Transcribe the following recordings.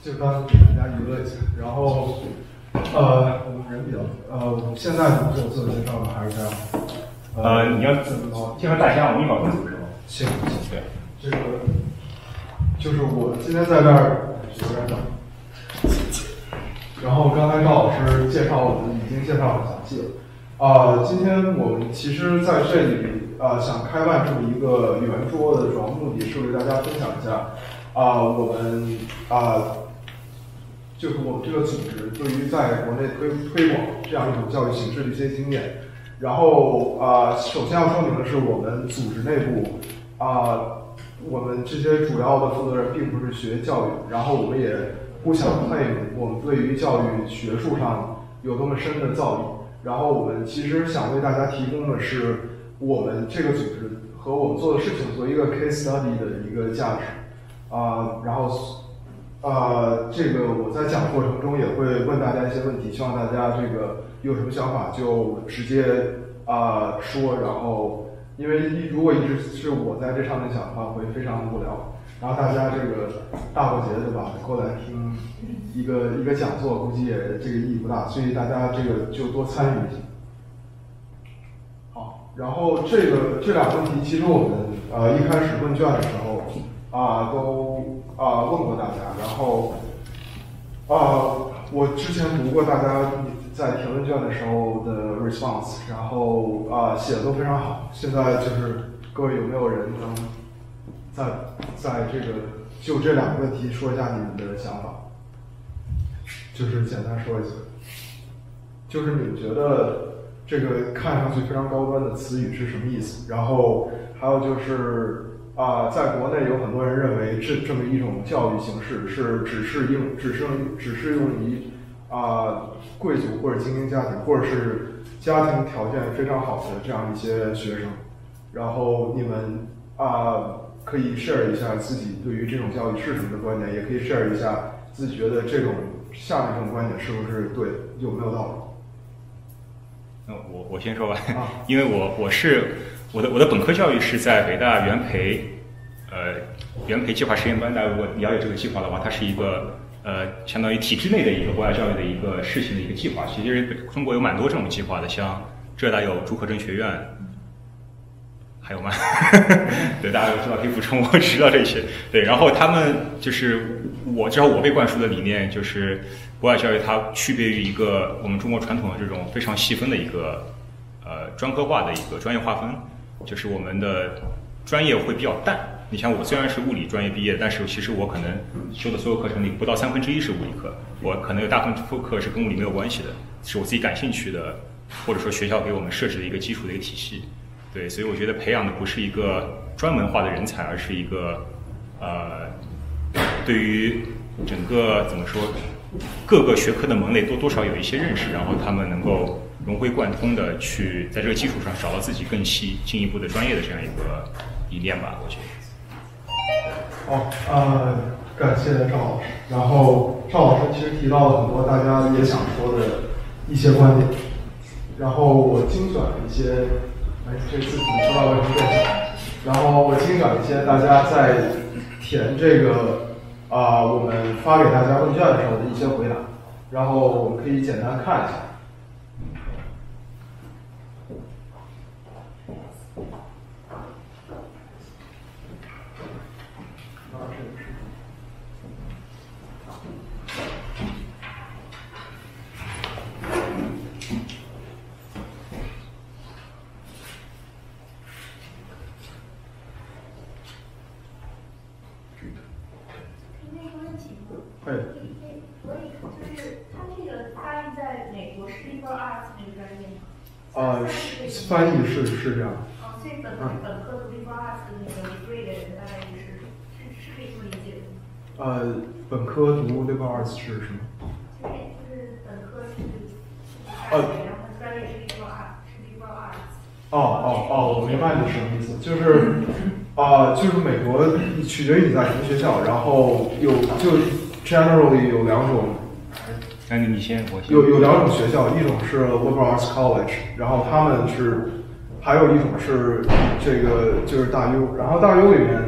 就当给大家娱乐一下。然后，我们人比较，现在你做自我介绍的还是这样？ 你要介绍大家，我们一会儿会组织吗？ 行，对，这个就是我今天在这儿有点等。然后刚才赵老师介绍我们已经介绍很详细了。今天我们其实在这里想开办这么一个圆桌的主要目的是为大家分享一下我们就是我们这个组织对于在国内推广这样一种教育形式的一些经验。然后首先要说明的是，我们组织内部我们这些主要的负责人并不是学教育，然后我们也不想claim我们对于教育学术上有多么深的造诣。然后我们其实想为大家提供的是我们这个组织和我们做的事情做一个 case study 的一个价值。然后这个我在讲的过程中也会问大家一些问题，希望大家这个有什么想法就直接说。然后因为如果一直是我在这上面讲的话，会非常无聊。然后大家这个大过节的吧，过来听一个讲座，估计也这个意义不大，所以大家这个就多参与一下。好，然后这两个问题，其实我们一开始问卷的时候都问过大家，然后我之前读过大家在填问卷的时候的 response， 然后写的都非常好。现在就是各位有没有人能在这个就这两个问题说一下你们的想法？就是简单说一下，就是你们觉得这个看上去非常高端的词语是什么意思？然后还有就是在国内有很多人认为这么一种教育形式是只适用于贵族或者精英家庭，或者是家庭条件非常好的这样一些学生。然后你们可以 share 一下自己对于这种教育是什么的观点，也可以 share 一下自己觉得下面这种观点是不是对，有没有道理？ 我先说吧，因为我的本科教育是在北大元培计划实验班。大家如果了解这个计划的话，它是一个相当于体制内的一个国家教育的一个试行的一个计划。其实中国有蛮多这种计划的，像浙大有朱可桢学院。还有吗？对，大家都知道可以补充，我知道这些。对，然后他们就是至少我被灌输的理念就是国外教育它区别于一个我们中国传统的这种非常细分的一个专科化的一个专业划分，就是我们的专业会比较淡。你像我虽然是物理专业毕业，但是其实我可能修的所有课程里不到1/3是物理课，我可能有大部分课是跟物理没有关系的，是我自己感兴趣的，或者说学校给我们设置的一个基础的一个体系。对，所以我觉得培养的不是一个专门化的人才，而是一个对于整个怎么说各个学科的门类多少有一些认识，然后他们能够融会贯通的去在这个基础上找到自己更进一步的专业的这样一个理念吧，我觉得。感谢赵老师。然后赵老师其实提到了很多大家也想说的一些观点，然后我精选了一些。这次你知道为什么这样？然后我精选一些大家在填这个我们发给大家问卷的时候的一些回答，然后我们可以简单看一下。 就是他这个翻译在美国是 liberal arts 那个专业吗？ 翻译是这样。 所以本科读 liberal arts 的那个 degree 的人大概是可以这么理解的。 本科读 liberal arts 是什么？ 就是本科是然后专业是 liberal arts。 我明白你什么意思，就是美国取决于你在什么学校，然后generally 有两种。 你先，我先。 有两种学校，一种是 liberal arts college， 然后他们还有一种是这个就是大 U， 然后大 U 里面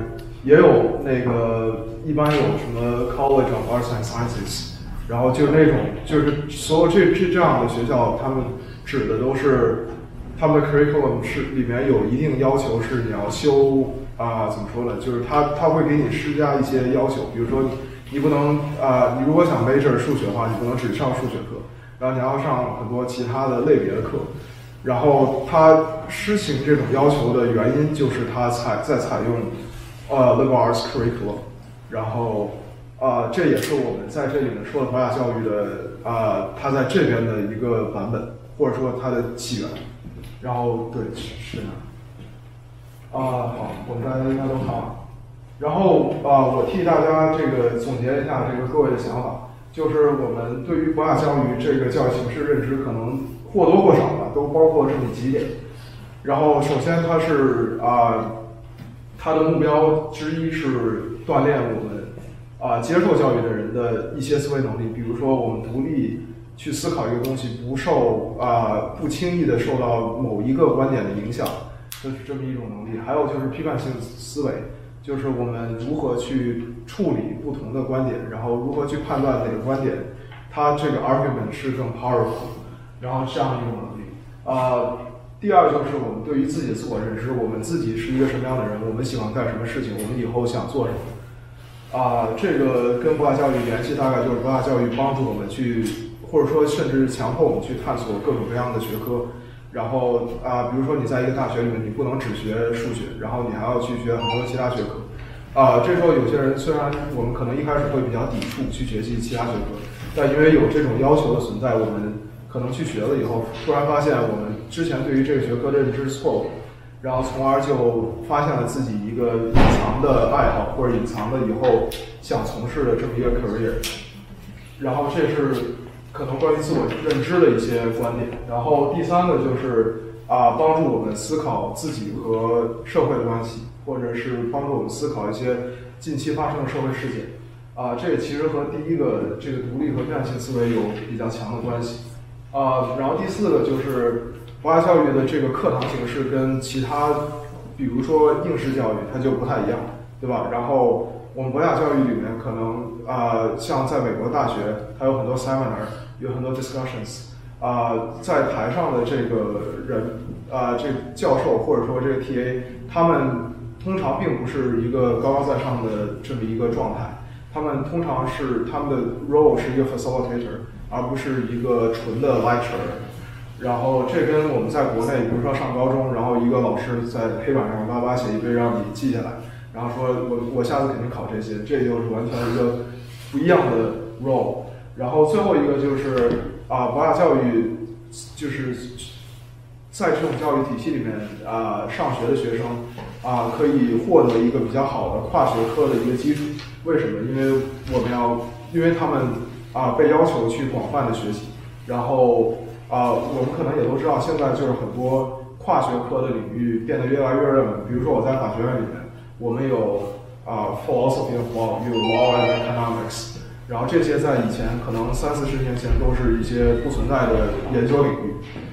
也有那个一般有什么 College of Arts and Sciences， 然后就那种就是所有这样的学校，他们指的都是他们的 curriculum 是里面有一定要求，是你要修怎么说呢？就是他会给你施加一些要求，比如说你不能你如果想 major 数学的话，你不能只上数学课，然后你要上很多其他的类别的课。然后他施行这种要求的原因就是他采用liberal arts curriculum， 然后这也是我们在这里面说的博雅教育的它在这边的一个版本，或者说它的起源。然后对是的，好，我们大家应该都看了。然后我替大家这个总结一下这个各位的想法，就是我们对于博雅教育这个教育形式认知可能或多或少吧，都包括这么几点。然后首先它是它的目标之一是锻炼我们接受教育的人的一些思维能力，比如说我们独立去思考一个东西，不轻易的受到某一个观点的影响，这是这么一种能力。还有就是批判性思维，就是我们如何去处理不同的观点，然后如何去判断哪个观点它这个 argument 是更 powerful， 然后这样一种能力。第二就是我们对于自己的自我认知，我们自己是一个什么样的人，我们喜欢干什么事情，我们以后想做什么。这个跟博雅教育联系大概就是博雅教育帮助我们去，或者说甚至强迫我们去探索各种各样的学科。然后比如说你在一个大学里面，你不能只学数学，然后你还要去学很多其他学科。这时候有些人虽然我们可能一开始会比较抵触去学习其他学科，但因为有这种要求的存在，我们可能去学了以后，突然发现我们之前对于这个学科的认知错误，然后从而就发现了自己一个隐藏的爱好，或者隐藏的以后想从事的这么一个 career。然后这是可能关于自我认知的一些观点。然后第三个就是帮助我们思考自己和社会的关系，或者是帮助我们思考一些近期发生的社会事件。这个其实和第一个这个独立和批判性思维有比较强的关系。然后第四个就是博雅教育的这个课堂形式跟其他，比如说应试教育，它就不太一样，对吧？然后我们博雅教育里面可能像在美国大学，它有很多 seminar， 有很多 discussions， 在台上的这个人，这个教授或者说这个 TA， 他们通常并不是一个高高在上的这么一个状态，他们通常是他们的 role 是一个 facilitator， 而不是一个纯的 lecturer。然后这跟我们在国内，比如说上高中，然后一个老师在黑板上叭叭写一堆让你记下来，然后说我下次肯定考这些，这就是完全一个不一样的 role。然后最后一个就是博雅教育，就是在这种教育体系里面上学的学生可以获得一个比较好的跨学科的一个基础。为什么？因为他们被要求去广泛的学习，然后我们可能也都知道，现在就是很多跨学科的领域变得越来越热门。比如说我在法学院里面，我们有philosophy of law， 有 law and economics， 然后这些在以前可能30-40年前都是一些不存在的研究领域。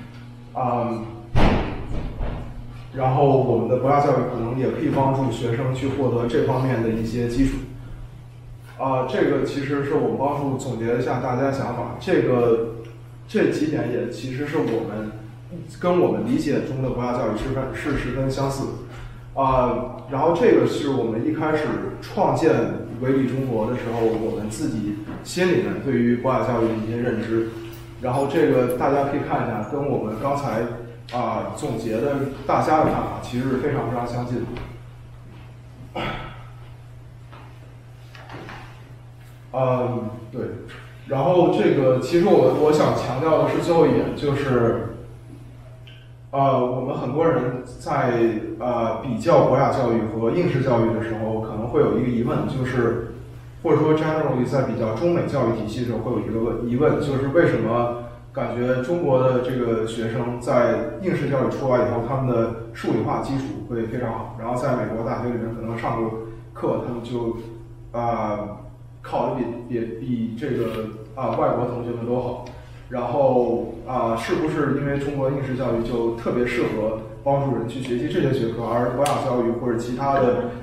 然后我们的博雅教育可能也可以帮助学生去获得这方面的一些基础。这个其实是我们帮助总结一下大家的想法。这几点也其实是跟我们理解中的博雅教育是十分相似的。然后这个是我们一开始创建维理中国的时候，我们自己心里面对于博雅教育的一些认知。然后这个大家可以看一下，跟我们刚才总结的大家的看法其实是非常非常相近的。对。然后这个其实我想强调的是最后一点，就是我们很多人在比较博雅教育和应试教育的时候，可能会有一个疑问，就是或者说 generally 在比较中美教育体系的时候会有一个疑问，就是为什么感觉中国的这个学生在应试教育出来以后，他们的数理化基础会非常好，然后在美国大学里面可能上过课，他们就考的比这个外国同学们都好。然后是不是因为中国应试教育就特别适合帮助人去学习这些学科，而博雅教育或者其他的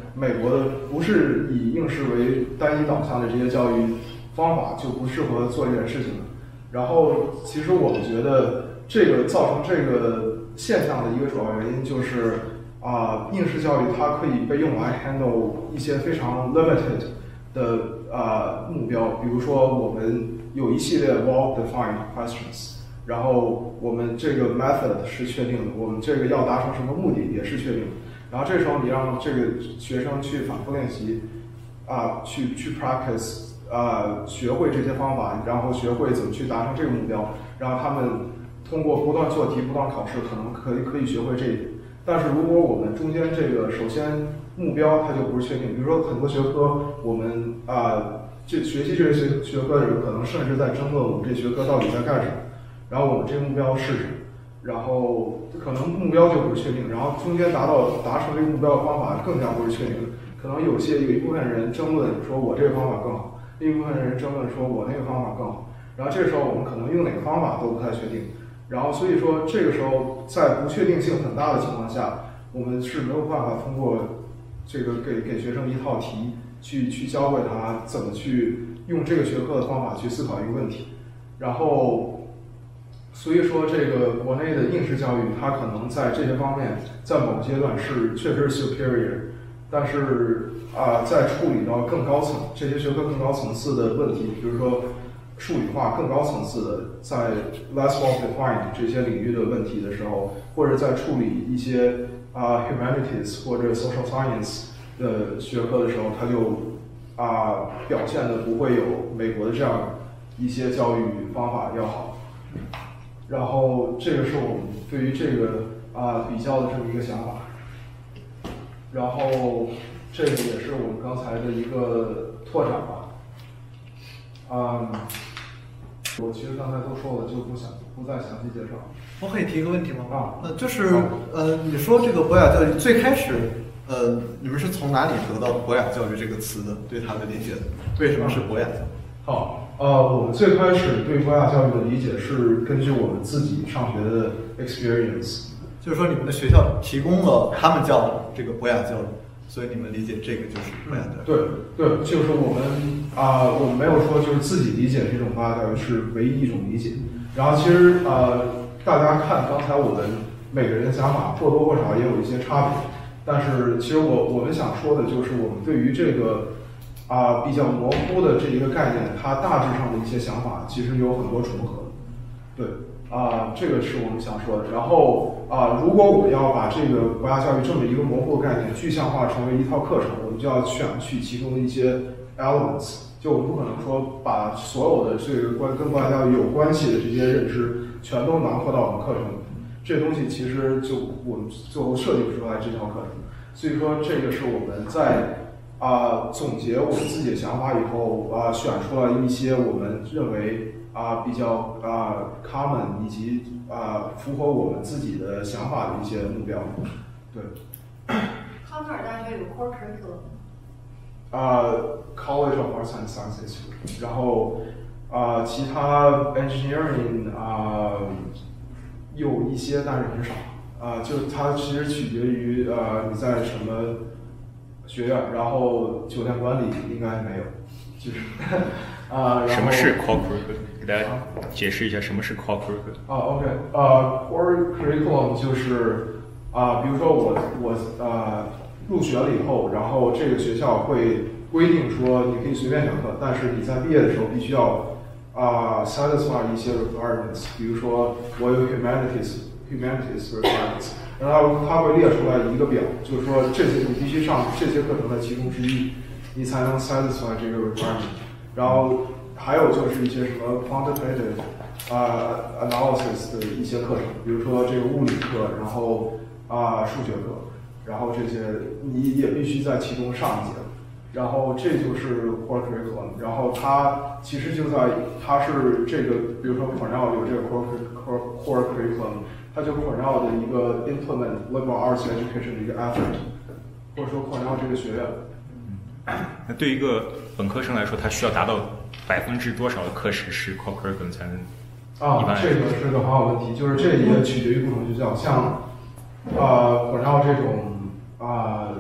美国的不是以应试为单一导向的这些教育方法就不适合做这件事情的。然后其实我们觉得这个造成这个现象的一个主要原因就是应试教育它可以被用来 handle 一些非常 limited 的目标，比如说我们有一系列 well-defined questions， 然后我们这个 method 是确定的，我们这个要达成什么目的也是确定的。然后这时候你让这个学生去反复练习，去 practice， 学会这些方法，然后学会怎么去达成这个目标，然后他们通过不断做题、不断考试，可能可以学会这一点。但是如果我们中间这个首先目标它就不是确定，比如说很多学科我们学习这些学科的人可能甚至在争论我们这学科到底在干什么，然后我们这个目标是什么，然后可能目标就不是确定，然后中间达成这个目标的方法更加不是确定，可能有一部分人争论说我这个方法更好，另一部分人争论说我那个方法更好，然后这时候我们可能用哪个方法都不太确定，然后所以说这个时候在不确定性很大的情况下，我们是没有办法通过这个给学生一套题去教会他怎么去用这个学科的方法去思考一个问题，然后所以说这个国内的应试教育它可能在这些方面在某阶段是确实是 superior， 但是在处理到更高层这些学科更高层次的问题，比如说数理化更高层次的在 less well-defined 这些领域的问题的时候，或者在处理一些humanities 或者 social science 的学科的时候，它就表现的不会有美国的这样一些教育方法要好。然后这个是我们对于这个比较的这么一个想法。然后这个也是我们刚才的一个拓展吧。我其实刚才都说了，就不再详细介绍。 我可以提一个问题吗？就是你说这个博雅教育最开始，你们是从哪里得到博雅教育这个词的？对它的理解，为什么是博雅教育？ 好，我们最开始对博雅教育的理解是根据我们自己上学的 experience， 就是说你们的学校提供了他们叫这个博雅教育，所以你们理解这个就是博雅教育。 对，就是我们没有说就是自己理解这种博雅教育是唯一一种理解。然后其实大家看刚才我们每个人的想法或多或少也有一些差别，但是其实我们想说的就是我们对于这个比较模糊的这一个概念，它大致上的一些想法其实有很多重合。对，这个是我们想说的。然后如果我们要把这个博雅教育这么一个模糊的概念具象化成为一套课程，我们就要选取其中的一些 elements。就我们不可能说把所有的这个跟博雅教育有关系的这些认知全都囊括到我们课程里，这东西其实我们最后设计不出来这套课程。所以说这个是我们在总结我们自己的想法以后选出来一些我们认为比较common 以及符合我们自己的想法的一些目标。对。 康奈尔大学有 core curriculum。 College of Arts and Sciences， 然后其他 engineering 有一些，但是很少。就它其实取决于你在什么学院，然后酒店管理应该没有，就是什么是 core curriculum？ 给大家解释一下什么是 core curriculum。 OK，core curriculum 就是比如说我入学了以后，然后这个学校会规定说你可以随便讲课，但是你在毕业的时候必须要satisfy 一些 requirements， 比如说我有 humanities requirements， 然后它会列出来一个表，就是说你必须上这些课程的其中之一，你才能 satisfy 这个 requirement。然后还有就是一些什么 quantitative analysis 的一些课程，比如说这个物理课，然后数学课。然后这些你也必须在其中上一节，然后这就是 core curriculum。然后它其实它是这个，比如说 Cornell 有这个 core curriculum， 它就 Cornell 的一个 implement liberal arts education 的一个 effort， 或者说 Cornell 这个学院。 那对于一个本科生来说，他需要达到多少的课时是 core curriculum 才能？ 这个是个很好问题，就是这也取决于不同学校，像Cornell 这种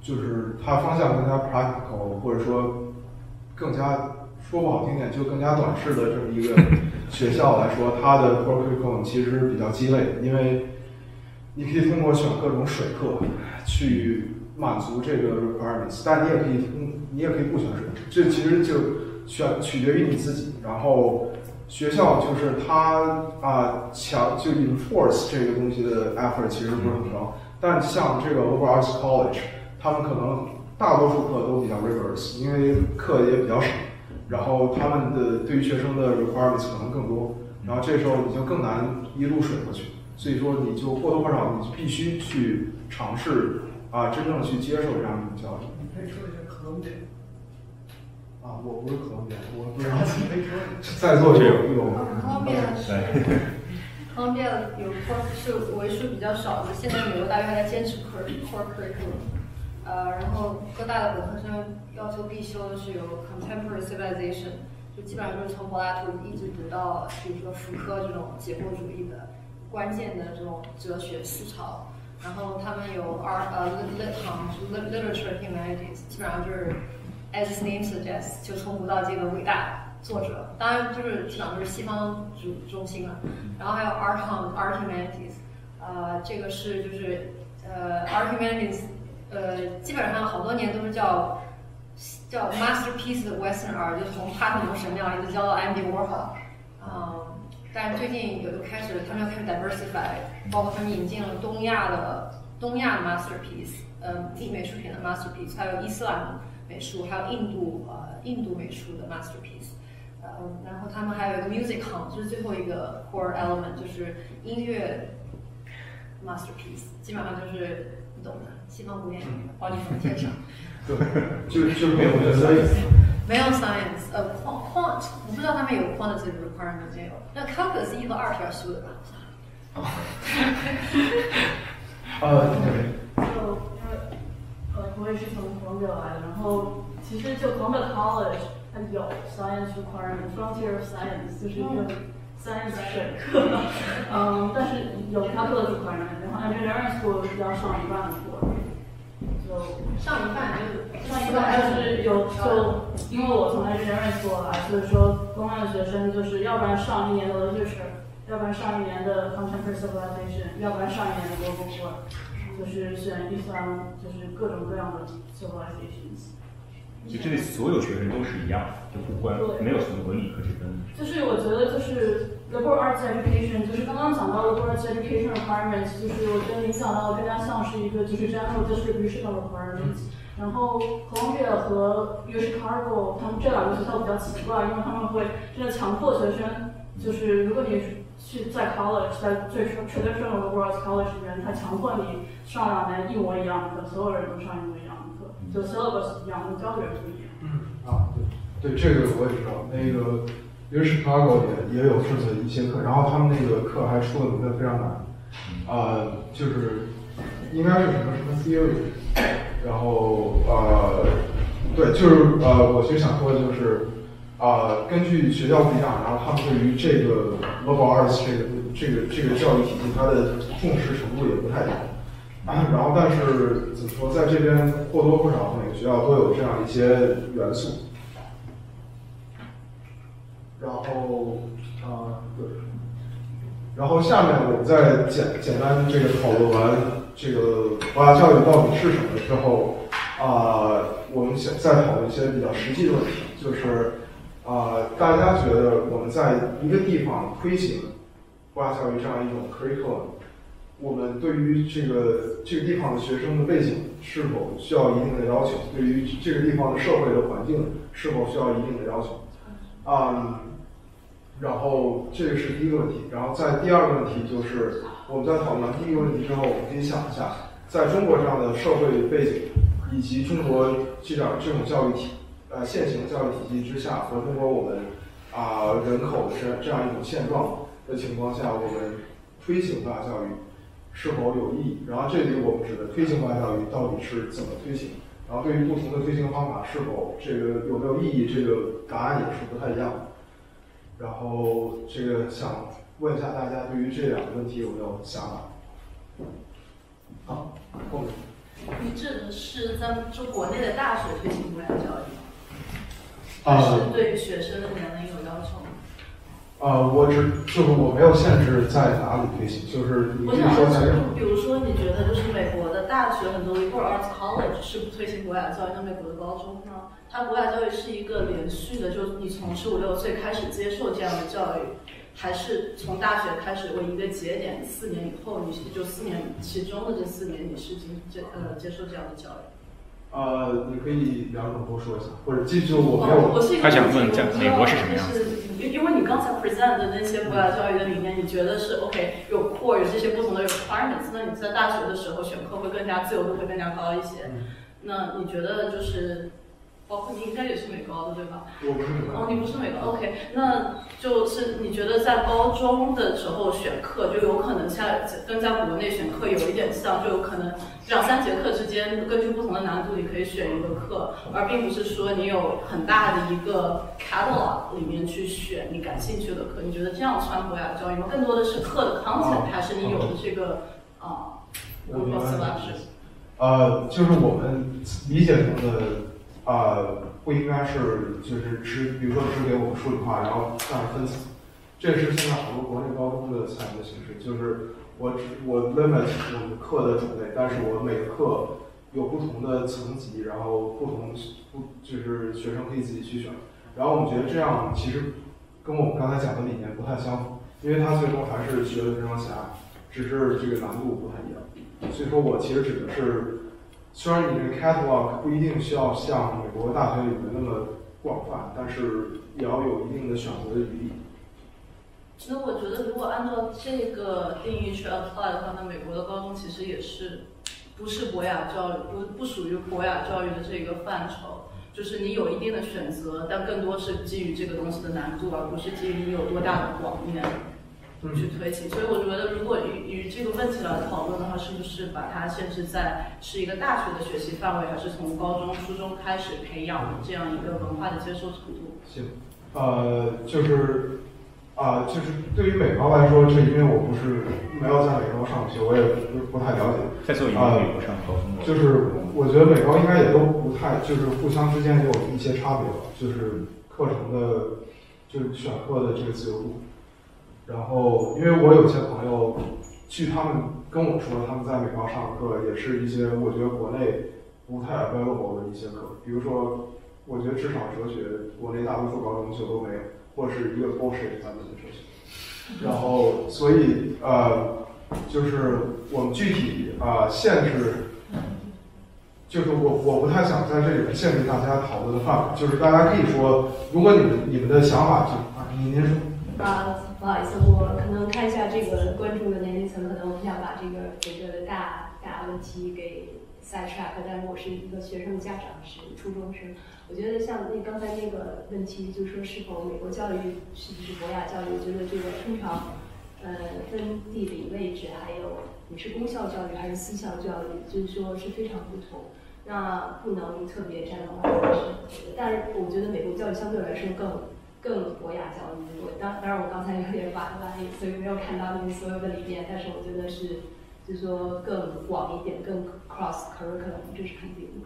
就是它方向更加 practical， 或者说更加说不好听点就更加短视的这么一个学校来说，它的 core curriculum 其实比较鸡肋，因为你可以通过选各种水课去满足这个 requirements， 但你也可以不选水课，这其实就取决于你自己。然后学校就是它就 enforce 这个东西的 effort 其实不是很高，但像这个 liberal arts college， 他们可能大多数课都比较 rigorous， 因为课也比较少，然后他们的对于学生的 requirements 可能更多，然后这时候你就更难一路水过去。所以说，你就或多或少，你必须去尝试真正去接受这样一种教育。 你可以说一下哥伦比亚。 我不是哥伦比亚，我不知道。在座有。 哥伦比亚有 core 是为数比较少的，现在美国大学还在坚持 core curriculum。然后各大的本科生要求必修的是有 contemporary civilization， 就基本上就是从柏拉图一直读到，比如说福柯这种结构主义的。关键的这种哲学思潮，然后他们有literature humanities， 基本上就是 as its name suggests， 就从无到这个伟大作者，当然就是基本上都是西方中心了。然后还有 art humanities， 这个是就是art humanities， 基本上好多年都是叫 masterpiece 的 Western art， 就从帕特农神庙一直教到 Andy Warhol，但是最近他们要开始 diversify， 包括他们引进了东亚的 masterpiece， 美术品的 masterpiece， 还有伊斯兰美术，还有印度美术的 masterpiece， 然后他们还有一个 music hall， 就是最后一个 core element， 就是音乐 masterpiece， 基本上就是你懂的，西方古典音乐，奥利弗天上。 对，就是没有没有 science， quant， 我不知道他们有 quantitative requirement 没有。那 calculus 1和2是要修的吧？ 我也是从 Columbia 来的，然后其实就 Columbia College 它有 science requirement， frontier of science 就是一个 science 水课，但是有 calculus requirement， 然后 engineering school 要上一半的课。 上一半就是因为我从 engineering school 来，所以说公安的学生就是要不然上1年的 literature， 要不然上1年的 contemporary civilization， 要不然上1年的 global war， 就是选一三，就是各种各样的 civilizations。 就这里所有学生都是一样的，就不关没有什么文理科之分。 就是我觉得就是 liberal arts education， 就是刚刚讲到的 liberal arts education requirements， 就是我觉得影响到更加像是一个就是 general distribution of requirements。然后 Columbia 和 U Chicago 他们这2个学校比较奇怪，因为他们会真的强迫学生，就是如果你去在 college， 在最 traditional liberal arts college 里面，他强迫你上2年一模一样的课，所有人都上一模一样的课，就 syllabus 一样，教的人不一样。 对，这个我也知道。那个 U Chicago 也有这么一些课，然后他们那个课还出的名的非常难，就是应该是什么 theory， 然后对，就是我其实想说的就是，根据学校不一样，然后他们对于这个 liberal arts 这个教育体系，它的重视程度也不太一样。然后，但是怎么说，在这边或多或少每个学校都有这样一些元素。然后，对，然后下面我们再简单这个讨论完这个博雅教育到底是什么之后，我们再讨论一些比较实际的问题，就是大家觉得我们在一个地方推行博雅教育这样一种 curriculum， 我们对于这个地方的学生的背景是否需要一定的要求？对于这个地方的社会的环境是否需要一定的要求？然后这个是第一个问题，然后在第二个问题就是我们在讨论完第一个问题之后，我们可以想一下，在中国这样的社会背景以及中国这种教育现行教育体系之下，和中国我们人口的这样一种现状的情况下，我们推行博雅教育是否有意义？然后这里我们指的推行博雅教育到底是怎么推行？然后对于不同的推行方法是否这个有没有意义？这个答案也是不太一样的。然后这个想问一下大家对于这2个问题有没有想法？好，后面。 你指的是咱们就国内的大学推行博雅教育吗？还是对于学生的年龄有要求吗？ 就是我没有限制在哪里推行，就是你可以说在任何。 比如说，你觉得就是美国的大学很多 liberal arts college 是不推行博雅教育，那美国的高中呢？它博雅教育是一个连续的，就你从15、16岁开始接受这样的教育，还是从大学开始为一个节点4年以后，你就4年其中的这4年你是接受这样的教育？ 你可以两种都说一下，或者继续我没有。 他想问在美国是什么样子？ 因为你刚才 present 的那些博雅教育的理念，你觉得是 OK 有 core 有这些不同的 requirements， 那你在大学的时候选课会更加自由度会更加高一些。那你觉得就是包括你应该也是美高的对吧？ 我不是美高。 你不是美高 ，OK， 那就是你觉得在高中的时候选课就有可能跟在国内选课有一点像，就有可能2、3节课之间根据不同的难度你可以选一个课，而并不是说你有很大的一个 catalog 里面去选你感兴趣的课。你觉得这样算博雅教育吗？更多的是课的 content， 还是你有的这个就是我们理解中的不应该是就是比如说只给我们数理化，然后这样分层。这是现在好多国内高中的采用的形式，就是我 limit 我们课的种类，但是我每个课有不同的层级，然后就是学生可以自己去选。然后我们觉得这样其实跟我们刚才讲的理念不太相符，因为它最终还是学的非常狭隘，只是这个难度不太一样。所以说我其实指的是，虽然你这个 catalog 不一定需要像美国大学里面那么广泛，但是也要有一定的选择的余地。 那我觉得，如果按照这个定义去 apply 的话，那美国的高中其实也是不是博雅教育，不属于博雅教育的这个范畴。就是你有一定的选择，但更多是基于这个东西的难度，而不是基于你有多大的广面去推起。所以我觉得，如果与这个问题来讨论的话，是不是把它限制在是一个大学的学习范围，还是从高中、初中开始培养这样一个文化的接受程度？ 行，就是对于美高来说，这因为我不是没有在美高上学，我也不太了解。 在座一个美国上高中的， 就是我觉得美高应该也都不太，就是互相之间也有一些差别吧，就是课程的，就是选课的这个自由度。然后，因为我有些朋友，据他们跟我说，他们在美高上的课也是一些我觉得国内不太 available 的一些课，比如说，我觉得至少哲学，国内大多数高中就都没有。或者是一个 bullshit 咱们的哲学，然后所以就是我们具体限制，就是我不太想在这里面限制大家讨论的范围，就是大家可以说，如果你们的想法就您说。 不好意思，我可能看一下这个观众的年龄层，可能我不想把这个的大问题给 sidetrack， 但是我是一个学生家长，是初中生。我觉得像刚才那个问题，就是说是否美国教育是不是博雅教育？我觉得这个通常分地理位置，还有你是公校教育还是私校教育，就是说是非常不同。那不能特别站到外面是，但是我觉得美国教育相对来说更博雅教育。当然我刚才有点把歪，所以没有看到你所有的理念，但是我觉得是就是说更广一点，更 cross curriculum， 这是肯定的。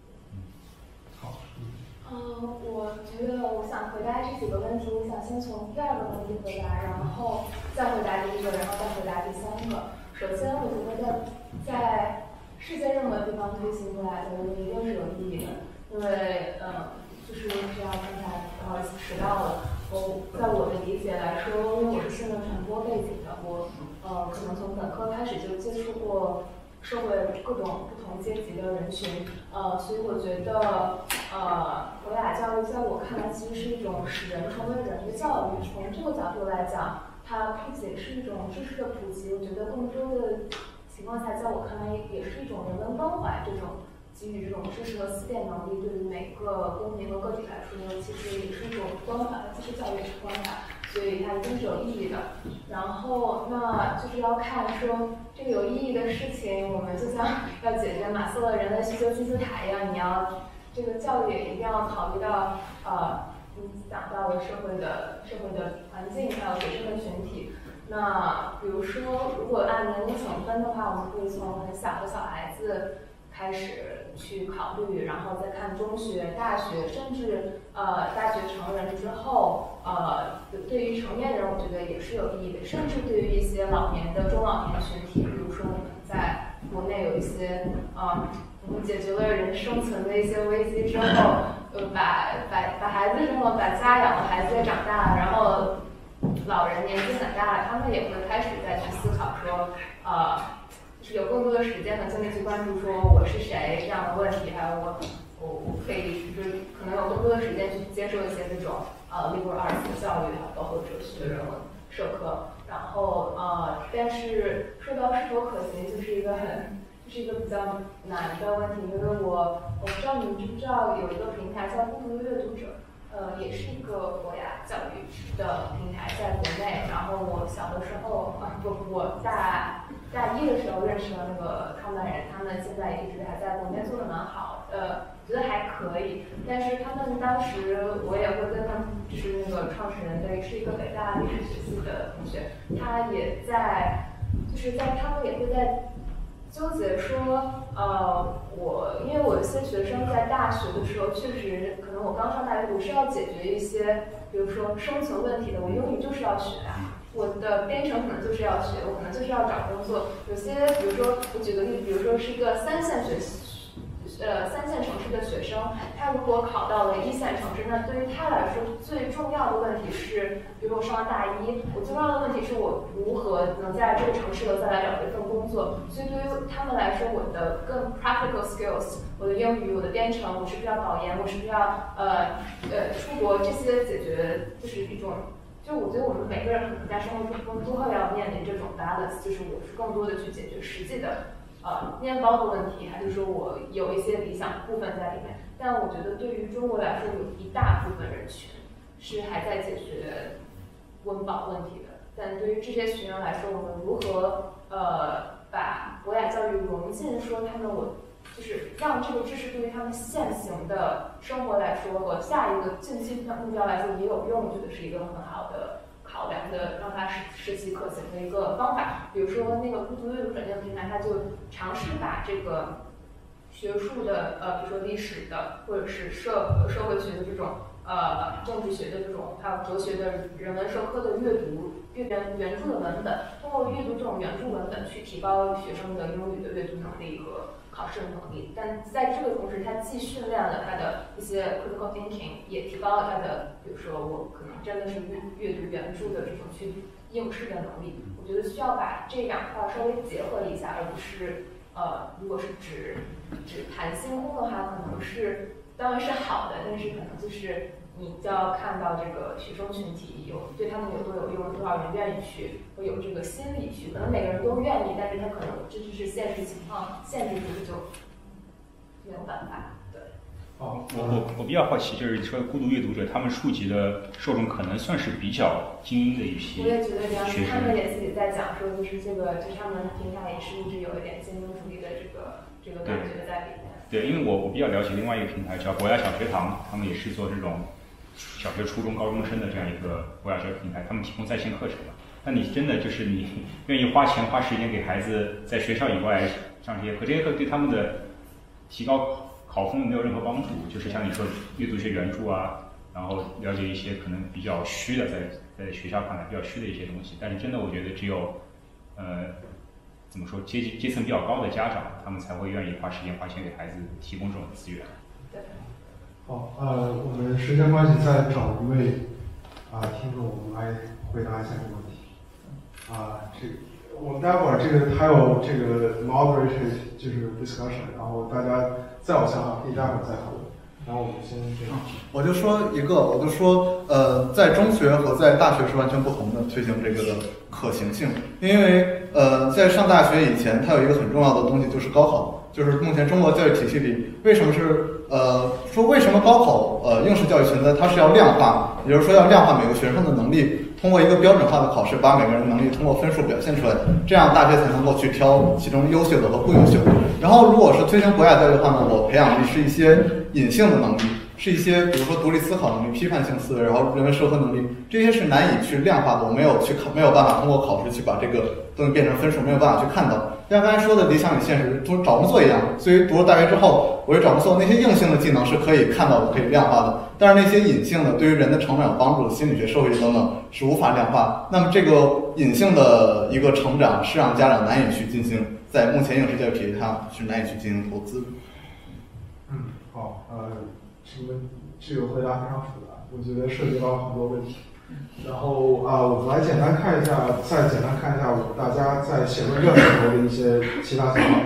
我觉得我想回答这几个问题，我想先从第2个问题回答，然后再回答第1个，然后再回答第3个。首先，我觉得在世界任何地方推行博雅教育一定是有意义的，因为就是只要刚才不好意思迟到了，在我的理解来说，因为我是新闻传播背景的，我可能从本科开始就接触过社会各种不同阶级的人群，所以我觉得博雅教育在我看来其实是一种使人成为人的教育。从这个角度来讲，它不仅是一种知识的普及，我觉得更多的情况下，在我看来也是一种人文关怀，这种给予这种知识和思辨能力，对于每个公民和个体来说，其实也是一种关怀，其实教育也是关怀，所以它一定是有意义的。然后，那就是要看说这个有意义的事情，我们就像要解决马斯洛人类需求金字塔一样，你要这个教育也一定要考虑到你讲到的社会的环境，还有学生的群体。那比如说，如果按年龄层分的话，我们可以从很小的小孩子开始去考虑，然后再看中学、大学，甚至大学成人之后，对于成年人我觉得也是有意义的，甚至对于一些老年的中老年群体，比如说我们在国内有一些我们解决了人生存的一些危机之后，把孩子生了，把家养了，孩子也长大了，然后老人年纪很大了，他们也会开始再去思考说，就是有更多的时间和精力去关注说我是谁这样的问题，还有我可以就是可能有更多的时间去接受一些这种liberal arts 的教育，包括哲学、人文、社科，然后但是说到是否可行，就是一个比较难的问题，因为我不知道你们知不知道有一个平台叫孤独阅读者，也是一个博雅教育的平台，在国内。然后我小的时候我大一的时候认识了那个创办人，他们现在一直还在国内做的蛮好，我觉得还可以。但是他们当时我也会跟他们，就是那个创始人是一个北大历史学系的同学，他也在，他们也会在纠结说，因为我有些学生在大学的时候，确实可能我刚上大学，我是要解决一些，比如说生存问题的，我英语就是要学啊，我的编程可能就是要学，我可能就是要找工作。有些，比如说我举个例子，比如说是一个三线城市的学生，他如果考到了1线城市，那对于他来说最重要的问题是，比如我上了大一，我最重要的问题是我如何能在这个城市再来找一份工作。所以对于他们来说，我的更 practical skills， 我的英语、我的编程，我是不是要考研，我是不是要出国，这些解决就是一种。就我觉得我们每个人可能在生活中都会要面临这种 balance， 就是我是更多的去解决实际的面包的问题，还是说我有一些理想部分在里面。但我觉得对于中国来说，有一大部分人群是还在解决温饱问题的。但对于这些群人来说，我们如何把博雅教育融进，说他们就是让这个知识对于他们现行的生活来说和下一个近期目标来说也有用，我觉得是一个很好的考量的，让它实际可行的一个方法。比如说那个孤独阅读者那个平台，它就尝试把这个学术的比如说历史的，或者是社会学的这种政治学的这种，还有哲学的人文社科的阅读原著的文本，通过阅读这种原著文本去提高学生的英语的阅读能力和考试的能力。但在这个同时，它既训练了他的一些 critical thinking， 也提高了他的，比如说我可能真的是阅读原著的这种去应试的能力。我觉得需要把这两块稍微结合一下，而不是如果是只谈星空的话，可能是当然是好的，但是可能就是你就要看到这个学生群体对他们有多有用，多少人愿意去，会有这个心理去。可能每个人都愿意，但是他可能这就是现实情况限制住，就没有办法。对。 我比较好奇，就是说孤独阅读者他们触及的受众可能算是比较精英的一批学生。 我也觉得这样，他们也自己在讲说，就是他们平台也是一直有一点精英主义的这个感觉在里面。 对，因为我比较了解另外一个平台叫博雅小学堂，他们也是做这种小学、初中、高中生的这样一个博雅教育平台，他们提供在线课程的。那你真的就是你愿意花钱花时间给孩子在学校以外上这些课，这些课对他们的提高考分没有任何帮助。就是像你说阅读一些原著啊，然后了解一些可能比较虚的，在学校看来比较虚的一些东西。但是真的我觉得只有怎么说阶层比较高的家长，他们才会愿意花时间花钱给孩子提供这种资源。 对。 好，我们时间关系再找一位听众，我们来回答一下这个问题。这个我们待会儿还有这个 moderated 就是 discussion， 然后大家再有想法可以待会儿再讨论。然后我们先这样。 我就说，在中学和在大学是完全不同的推行这个的可行性，因为在上大学以前，它有一个很重要的东西就是高考，就是目前中国教育体系里为什么高考应试教育存在，它是要量化，也就是说要量化每个学生的能力，通过一个标准化的考试，把每个人能力通过分数表现出来，这样大学才能够去挑其中优秀的和不优秀。然后如果是推行博雅教育的话呢，我培养的是一些隐性的能力， 是一些比如说独立思考能力、批判性思维，然后人文社会能力，这些是难以去量化的，我没有办法通过考试去把这个东西变成分数，没有办法去看到。像刚才说的理想与现实，就找工作一样，所以读了大学之后，我去找工作，那些硬性的技能是可以看到的、可以量化的，但是那些隐性的，对于人的成长有帮助的心理学、社会学等等是无法量化。那么这个隐性的一个成长是让家长难以去进行，在目前应试教育体系下是难以去进行投资。 好，这个回答非常复杂，我觉得涉及到很多问题。然后我们来再简单看一下我们大家在写论文时候的一些其他情况。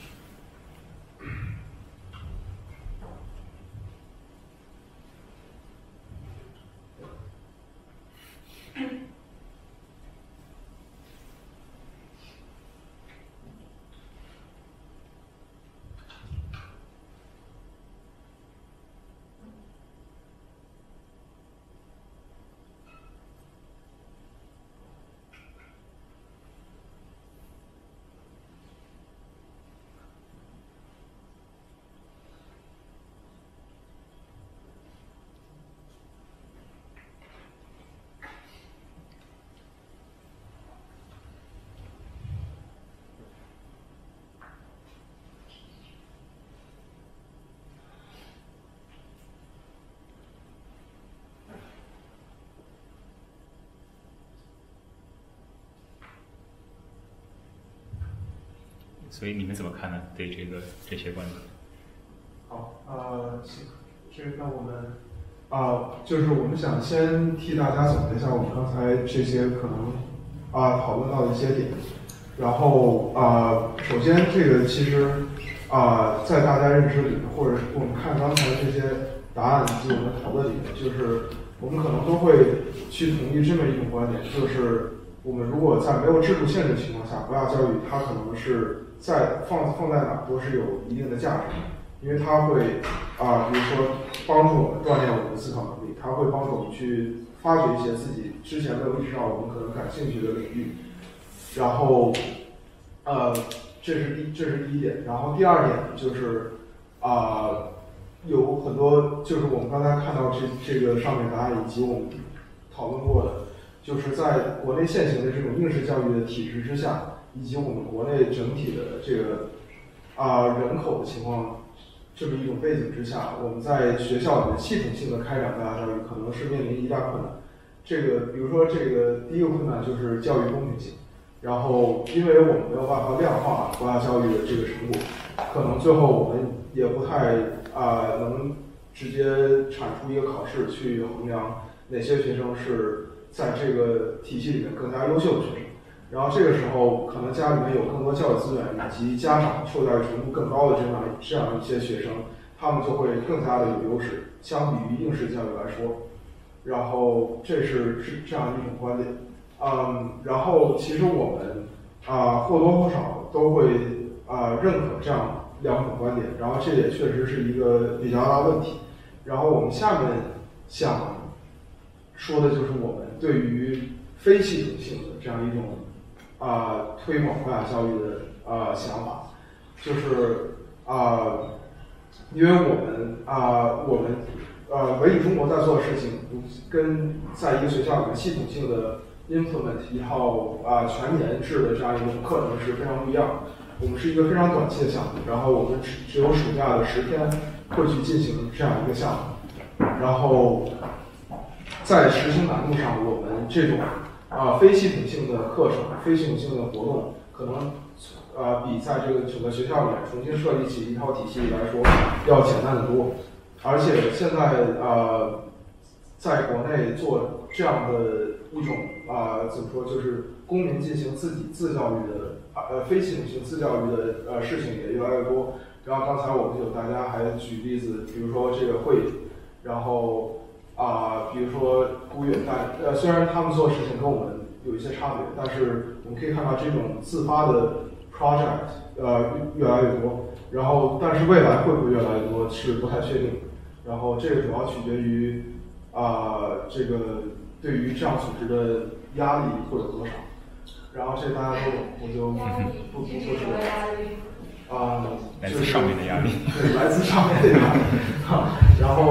所以你们怎么看呢？对这些观点？ 好，行，那我们就是我们想先替大家总结一下我们刚才这些可能讨论到的一些点。然后首先这个其实在大家认知里，或者是我们看刚才这些答案以及我们讨论里面，就是我们可能都会去同意这么一种观点，就是我们如果在没有制度限制的情况下，博雅教育它可能是放在哪都是有一定的价值的，因为它会比如说帮助我们锻炼我们的思考能力，它会帮助我们去发掘一些自己之前没有意识到我们可能感兴趣的领域。然后这是第一点。然后第二点就是有很多就是我们刚才看到这个上面答案以及我们讨论过的，就是在国内现行的这种应试教育的体制之下，以及我们国内整体的这个人口的情况这么一种背景之下，我们在学校里面系统性的开展博雅教育可能是面临一大困难。这个比如说这个第一个困难就是教育公平性，然后因为我们没有办法量化博雅教育的这个成果，可能最后我们也不太能直接产出一个考试去衡量哪些学生是在这个体系里面更加优秀的学生。然后这个时候，可能家里面有更多教育资源，以及家长受教育程度更高的这样一些学生，他们就会更加的有优势，相比于应试教育来说。然后这是这样一种观点。然后其实我们或多或少都会认可这样两种观点，然后这也确实是一个比较大的问题。然后我们下面想说的就是我们对于非系统性的这样一种推广博雅教育的想法，就是因为我们维理中国在做的事情，跟在一个学校里面系统性的 implement 一套全年制的这样一种课程是非常不一样的。我们是一个非常短期的项目，然后我们只有暑假的10天会去进行这样一个项目，然后在实行难度上，我们这种非系统性的课程、非系统性的活动，可能比在这个整个学校里面重新设立起一套体系来说要简单得多。而且现在在国内做这样的一种怎么说，就是公民进行自己自教育的非系统性自教育的事情也越来越多。然后刚才我们有大家还举例子，比如说这个会，然后比如说孤远但虽然他们做的事情跟我们有一些差别，但是我们可以看到这种自发的 project 越来越多。然后但是未来会不会越来越多是不太确定。然后这个主要取决于这个对于这样组织的压力会有多少。然后这大家都懂，我就不说。 来自上面的压力。 对，来自上面的压力。然后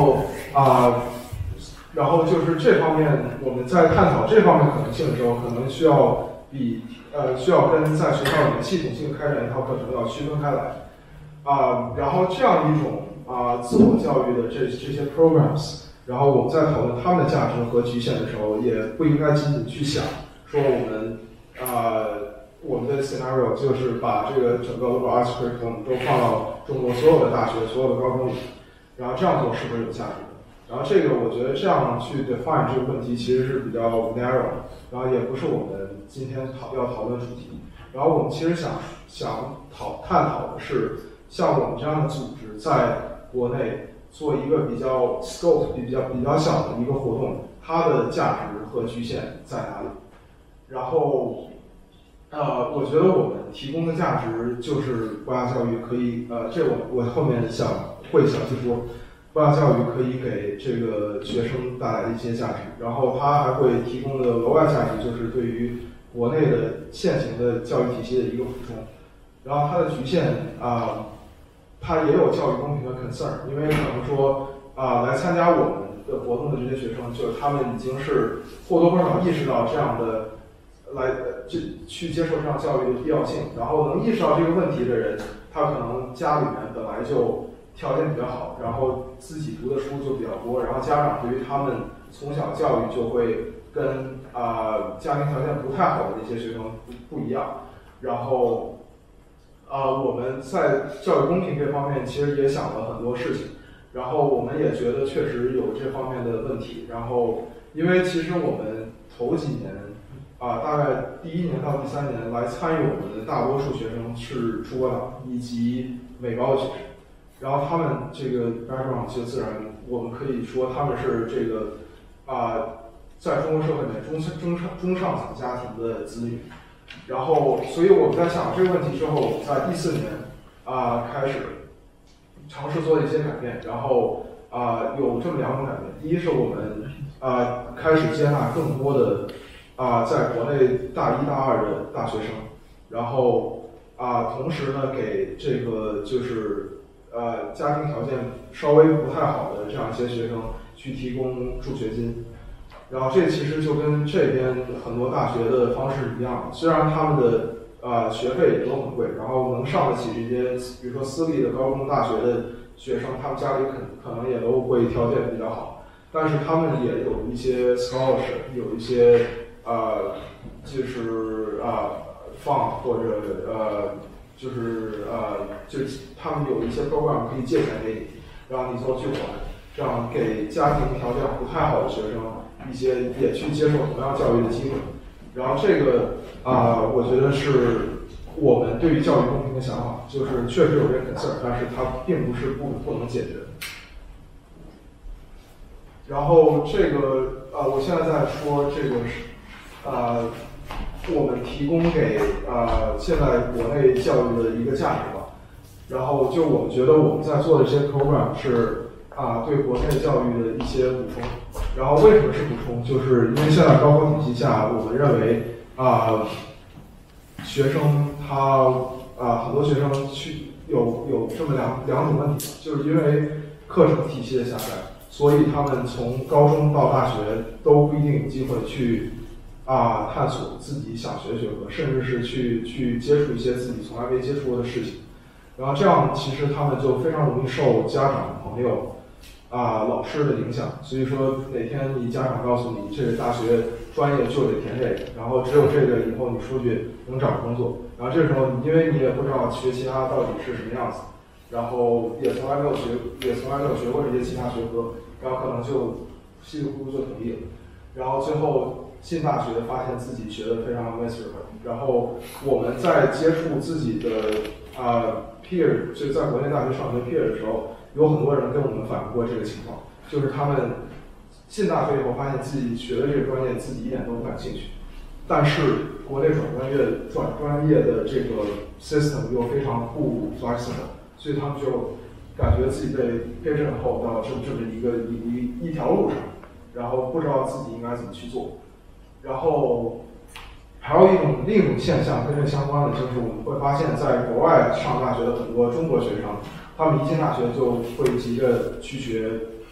然后就是这方面，我们在探讨这方面可能性的时候，可能需要跟在学校里面系统性开展一套课程要区分开来。然后这样一种自我教育的这些 programs， 然后我们在讨论他们的价值和局限的时候，也不应该仅仅去想说我们的 scenario 就是把这个整个 liberal arts curriculum 都放到中国所有的大学、所有的高中里，然后这样做是不是有价值的？然后这个我觉得这样去 define 这个问题其实是比较 narrow， 然后也不是我们今天要讨论主题。然后我们其实想探讨的是，像我们这样的组织在国内做一个比较 scope 比较小的一个活动，它的价值和局限在哪里？然后我觉得我们提供的价值就是国家教育可以这我后面会详细说。国家教育可以给这个学生带来的一些价值，然后它还会提供的额外价值就是对于国内的现行的教育体系的一个补充。然后它的局限它也有教育公平的 concern， 因为可能说来参加我们的活动的这些学生，就是他们已经是或多或少意识到这样的去接受这样教育的必要性，然后能意识到这个问题的人，他可能家里面本来就条件比较好，然后自己读的书就比较多，然后家长对于他们从小教育就会跟家庭条件不太好的那些学生不一样。然后我们在教育公平这方面其实也想了很多事情，然后我们也觉得确实有这方面的问题。然后因为其实我们头几年大概第1年到第3年来参与我们的大多数学生是中国党以及美高的学生。然后他们这个 background 就自然，我们可以说他们是这个在中国社会里面中上层家庭的子女。然后，所以我们在想这个问题之后，我们在第4年开始尝试做一些改变。然后有这么2种改变，第一是我们开始接纳更多的在国内大1、大2的大学生，然后同时呢给这个就是家庭条件稍微不太好的这样一些学生去提供助学金。然后这其实就跟这边很多大学的方式一样，虽然他们的学费也都很贵，然后能上得起这些比如说私立的高中大学的学生，他们家里可能也都会条件比较好，但是他们也有一些 scholarship， 有一些就是fund 或者就是他们有一些 program 可以借钱给你，让你做巨款，这样给家庭条件不太好的学生一些也去接受同样教育的机会。然后这个我觉得是我们对于教育公平的想法，就是确实有这个 concern， 但是它并不是不能解决的。然后这个我现在在说这个是我们提供给现在国内教育的一个价值吧。然后就我们觉得我们在做的这些 program 是对国内教育的一些补充。然后为什么是补充？就是因为现在高考体系下，我们认为学生他很多学生有这么两种问题，就是因为课程体系的狭窄，所以他们从高中到大学都不一定有机会去探索自己想学的学科，甚至是去接触一些自己从来没接触过的事情。然后这样其实他们就非常容易受家长、朋友老师的影响。所以说哪天你家长告诉你这个大学专业就得填这个，然后只有这个以后你出去能找工作，然后这时候因为你也不知道学其他到底是什么样子，然后也从来没有学过这些其他学科，然后可能就稀里糊涂就同意了，然后最后进大学发现自己学的非常 miserable。然后我们在接触自己的peer， 就在国内大学上学 peer 的时候，有很多人跟我们反映过这个情况，就是他们进大学以后发现自己学的这个专业自己一点都不感兴趣，但是国内转专业的这个 system 又非常不 flexible， 所以他们就感觉自己被pigeonhole后到这么一条路上，然后不知道自己应该怎么去做。然后还有另一种现象跟这相关的，就是我们会发现在国外上大学的很多中国学生，他们一进大学就会急着去学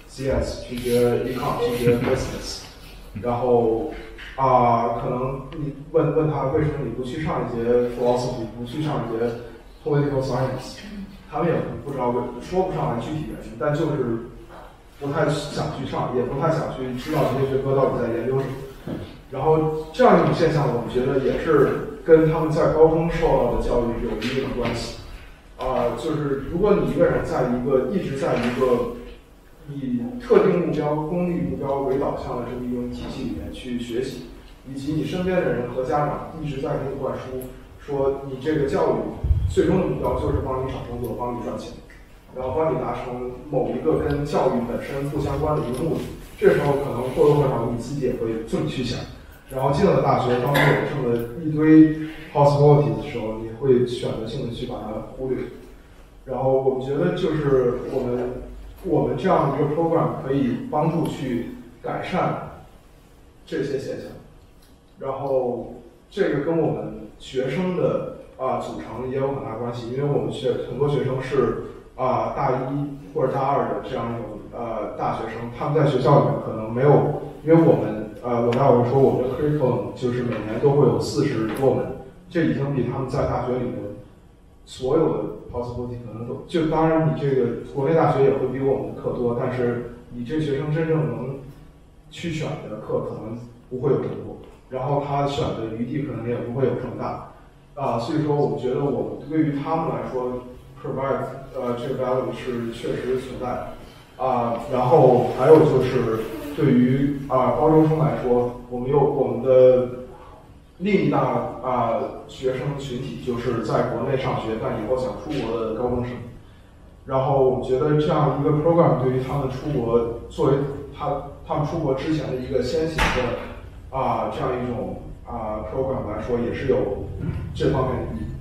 CS，去学 Econ，去学 Business，然后可能你问他为什么你不去上一节 Philosophy， 不去上一节 Political Science， 他们也不知道说不上来具体原因，但就是不太想去上，也不太想去知道这些学科到底在研究什么。然后这样一种现象，我们觉得也是跟他们在高中受到的教育有一定的关系。就是如果你一个人一直在一个以特定目标、功利目标为导向的这么一种体系里面去学习，以及你身边的人和家长一直在给你灌输说你这个教育最终的目标就是帮你找工作、帮你赚钱，然后帮你达成某一个跟教育本身不相关的一个目的，这时候可能或多或少你自己也会这么去想。然后进了大学，当你有这么一堆 possibilities 的时候，你会选择性的去把它忽略。然后我们觉得就是我们这样的一个 program 可以帮助去改善这些现象。然后这个跟我们学生的组成也有很大关系，因为我们很多学生是大一或者大二的这样一种大学生，他们在学校里面可能没有，因为我们我待会儿说我们的 curriculum 就是每年都会有40多门，这已经比他们在大学里面所有的 possibility 可能都就当然你这个国内大学也会比我们的课多，但是你这学生真正能去选的课可能不会有这么多，然后他选的余地可能也不会有这么大所以说我们觉得我们对于他们来说 provide 这个 value 是确实存在的然后还有就是对于高中生来说，我们有我们的另一大学生群体，就是在国内上学但以后想出国的高中生。然后我们觉得这样一个 program 对于他们出国，作为他们出国之前的一个先行的这样一种program 来说，也是有这方面的意义。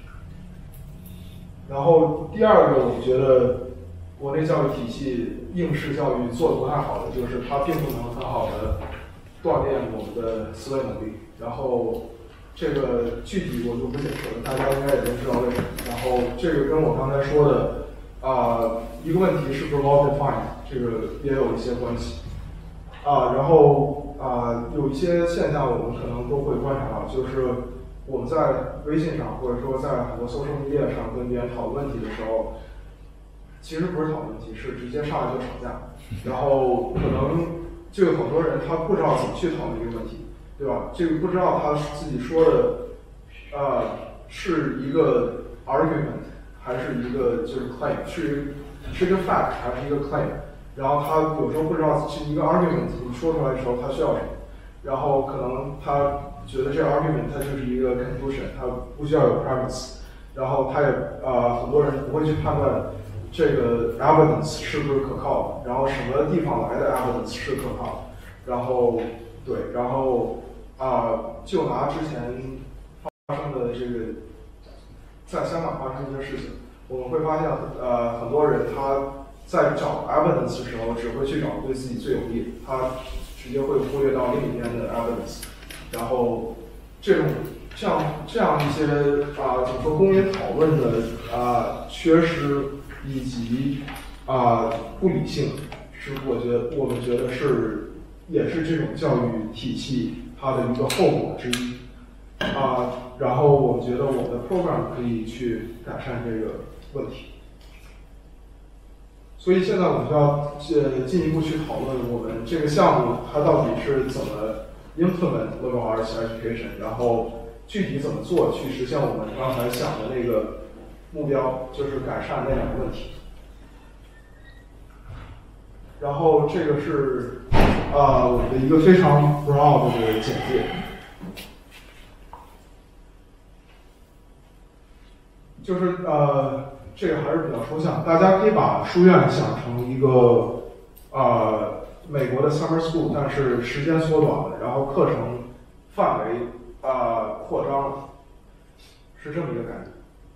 然后第二个，我们觉得国内教育体系应试教育做得不太好的，就是它并不能很好的锻炼我们的思维能力。然后这个具体我就不解释了，大家应该也都知道为什么。然后这个跟我刚才说的一个问题是不是 well defined， 这个也有一些关系然后有一些现象我们可能都会观察到，就是我们在微信上或者说在很多 social media 上跟别人讨论问题的时候，其实不是讨论问题，是直接上来就吵架，然后可能就有很多人他不知道怎么去讨论一个问题，对吧？这个不知道他自己说的是一个 argument 还是一个就是 claim， 是一个 fact 还是一个 claim， 然后他有时候不知道是一个 argument 你说出来的时候他需要什么，然后可能他觉得这个 argument 它就是一个 conclusion， 它不需要有 premise， 然后他也很多人不会去判断这个 evidence 是不是可靠的，然后什么地方来的 evidence 是可靠的，然后对，然后就拿之前发生的这个在香港发生的一些事情，我们会发现很多人他在找 evidence 的时候只会去找对自己最有利的，他直接会忽略到另一边的 evidence， 然后这样一些怎么说公民讨论的缺失以及不理性，是我们觉得也是这种教育体系它的一个后果之一然后我们觉得我们的 program 可以去改善这个问题。所以现在我们就要进一步去讨论我们这个项目它到底是怎么 implement liberal arts education， 然后具体怎么做去实现我们刚才想的那个目标，就是改善那两个问题。然后这个是我们的一个非常 broad 的简介，就是这个还是比较抽象，大家可以把书院想成一个美国的 summer school， 但是时间缩短了，然后课程范围扩张了，是这么一个感觉。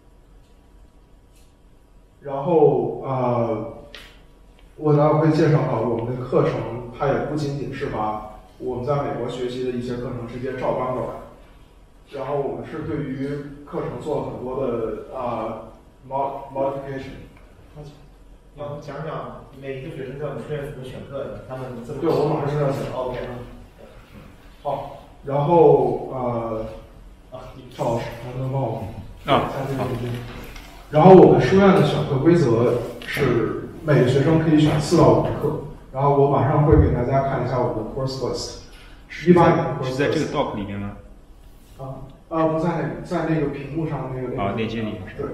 然后我待会会介绍到我们的课程，它也不仅仅是把我们在美国学习的一些课程直接照搬过来，然后我们是对于课程做了很多的modification。 要讲讲每一个学生叫你出现怎么选课的，他们这么对，我马上就要讲。 OK。 好，然后赵老师能不能帮我啊？ 然后我们书院的选课规则是每个学生可以选4到5门课，然后我马上会给大家看一下我们的 course list。18年的 course list 是在这个 doc 里面吗？ 不在那里，在那个屏幕上那个链接里面。 对。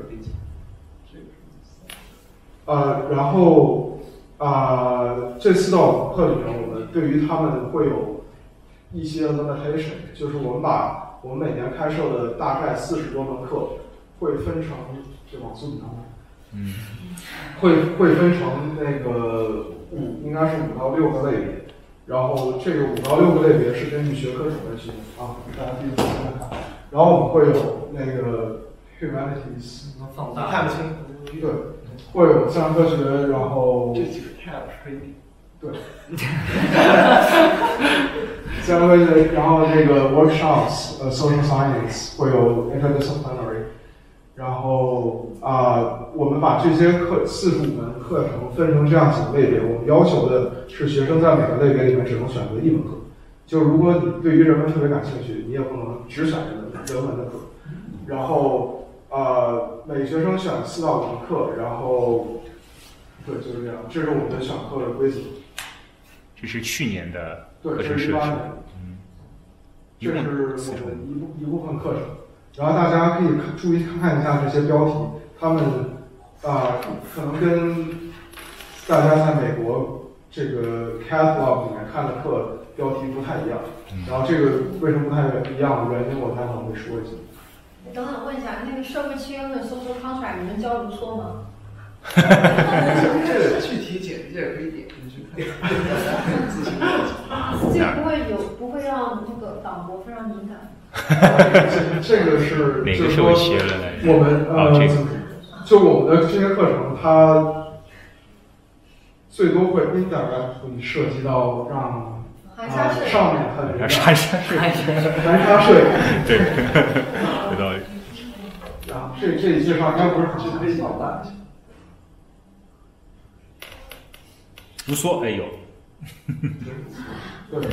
然后这4到5门课里面，我们对于他们会有一些 limitation， 就是我们每年开设的大概40多门课会分成这网速比较慢，会分成那个应该是5到6个类别，然后这个5到6个类别是根据学科种类去大家可以看看，然后我们会有那个 humanities 放大看不清， 对，会有自然科学，然后这几个 tab 是可以点。 对，自然科学，然后那个 workshops， social science 会有 interdisciplinary， 然后我们把这些45门课程分成这样几个类别，我们要求的是学生在每个类别里面只能选择1门课，就如果你对于人文特别感兴趣，你也不能只选人文的课，然后每学生选4到5门课，然后对，就是这样，这是我们的选课的规则。 这是去年的课程对，这是18年，这是我们一部分课程。然后大家可以注意看一下这些标题，他们可能跟大家在美国这个 catalog 里面看的课标题不太一样。然后这个为什么不太一样的原因，我待会儿会说一下。 等等，问一下，那个社会契约论 social contract 你们教如说吗？ 这个具体简介可以点进去看。 这个不会让那个党国非常敏感。 这个是哪个社会契约论来着？ 我们就我们的这些课程，它最多会 indirectly 涉及到让上面很含沙税， 对，有道理。 这一介绍应该不是很可以放大一下。 卢梭，有。 对，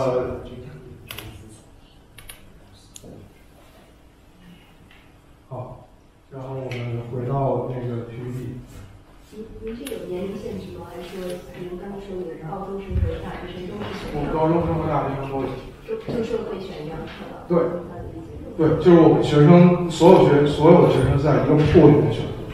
好，然后我们回到那个 PPT。 您这有年龄限制吗？还是说，比如刚才说的高中生和大学生都是选？ 我们高中生和大学生都有。 就是会选一样课的。 对。对，就是我们学生所有的学生在一个pool里面选课。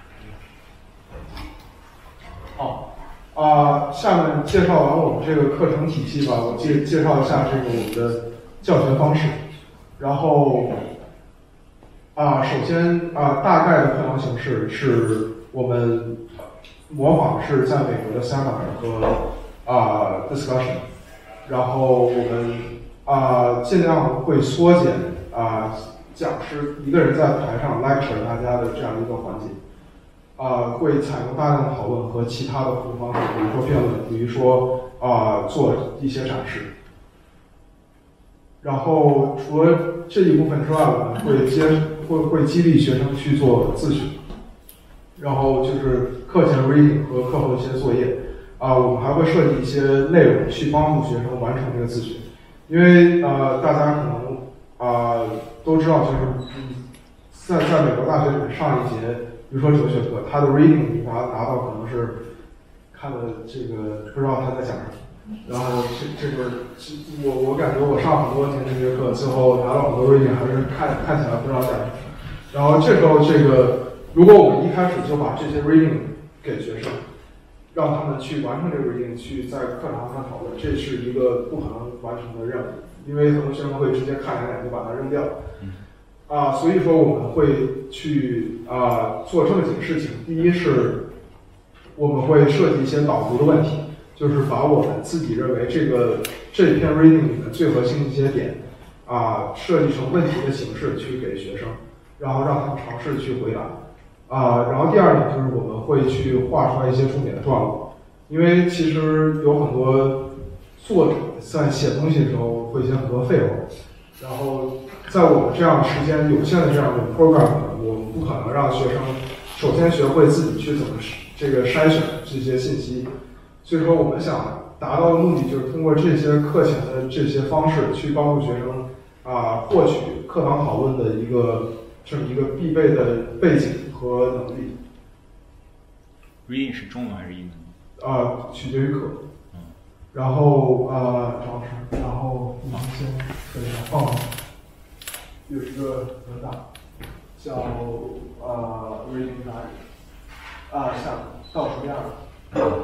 好，下面介绍完我们这个课程体系吧，我介绍一下这个我们的教学方式。然后首先大概的课堂形式是我们模仿是在美国的 seminar 和discussion， 然后我们尽量会缩减讲师一个人在台上 lecture 大家的这样一个环节，会采用大量的讨论和其他的互动方式，比如说辩论，比如说做一些展示。然后除了这一部分之外，我们会激励学生去做自学，然后就是课前 reading 和课后一些作业。我们还会设计一些内容去帮助学生完成这个自学，因为大家可能都知道，就是在美国大学里面上一节，比如说哲学课，他的 reading 你拿到可能是看的这个不知道他在讲什么，然后这个我感觉我上很多年这节课，最后拿到很多 reading 还是看起来不知道讲什么，然后这时候如果我们一开始就把这些 reading 给学生，让他们去完成这个 reading， 去在课堂上讨论，这是一个不可能完成的任务，因为很多学生会直接看2眼就把它扔掉。所以说我们会去做这么几个事情。第一是我们会设计一些导读的问题，就是把我们自己认为这篇 reading 里面最核心的一些点设计成问题的形式去给学生，然后让他们尝试去回答。然后第二点就是我们会去画出来一些重点的段落，因为其实有很多作者在写东西的时候会写很多废话，然后在我们这样时间有限的这样的 program 呢，我们不可能让学生首先学会自己去怎么这个筛选这些信息。所以说，我们想达到的目的就是通过这些课前的这些方式，去帮助学生获取课堂讨论的这么一个必备的背景和能力。 Reading 是中文还是英文？取决于课。然后张老师，然后你们先可以放有一个文档叫Reading Guide，像倒数第二个。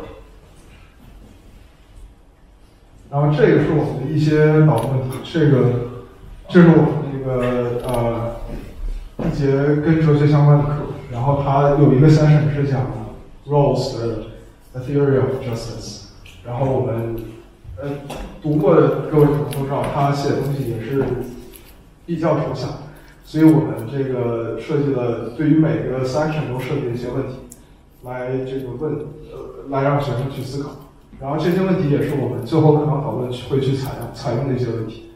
然后这个是我们的一些导论问题，这是我们那个一节跟哲学相关的课，然后它有一个session是讲 Rawls 的 The Theory of Justice， 然后我们读过的各位可能都知道，他写的东西也是比较抽象，所以我们这个设计了对于每个 section 都设计了一些问题，来来让学生去思考。然后这些问题也是我们最后课堂讨论会去采用的一些问题。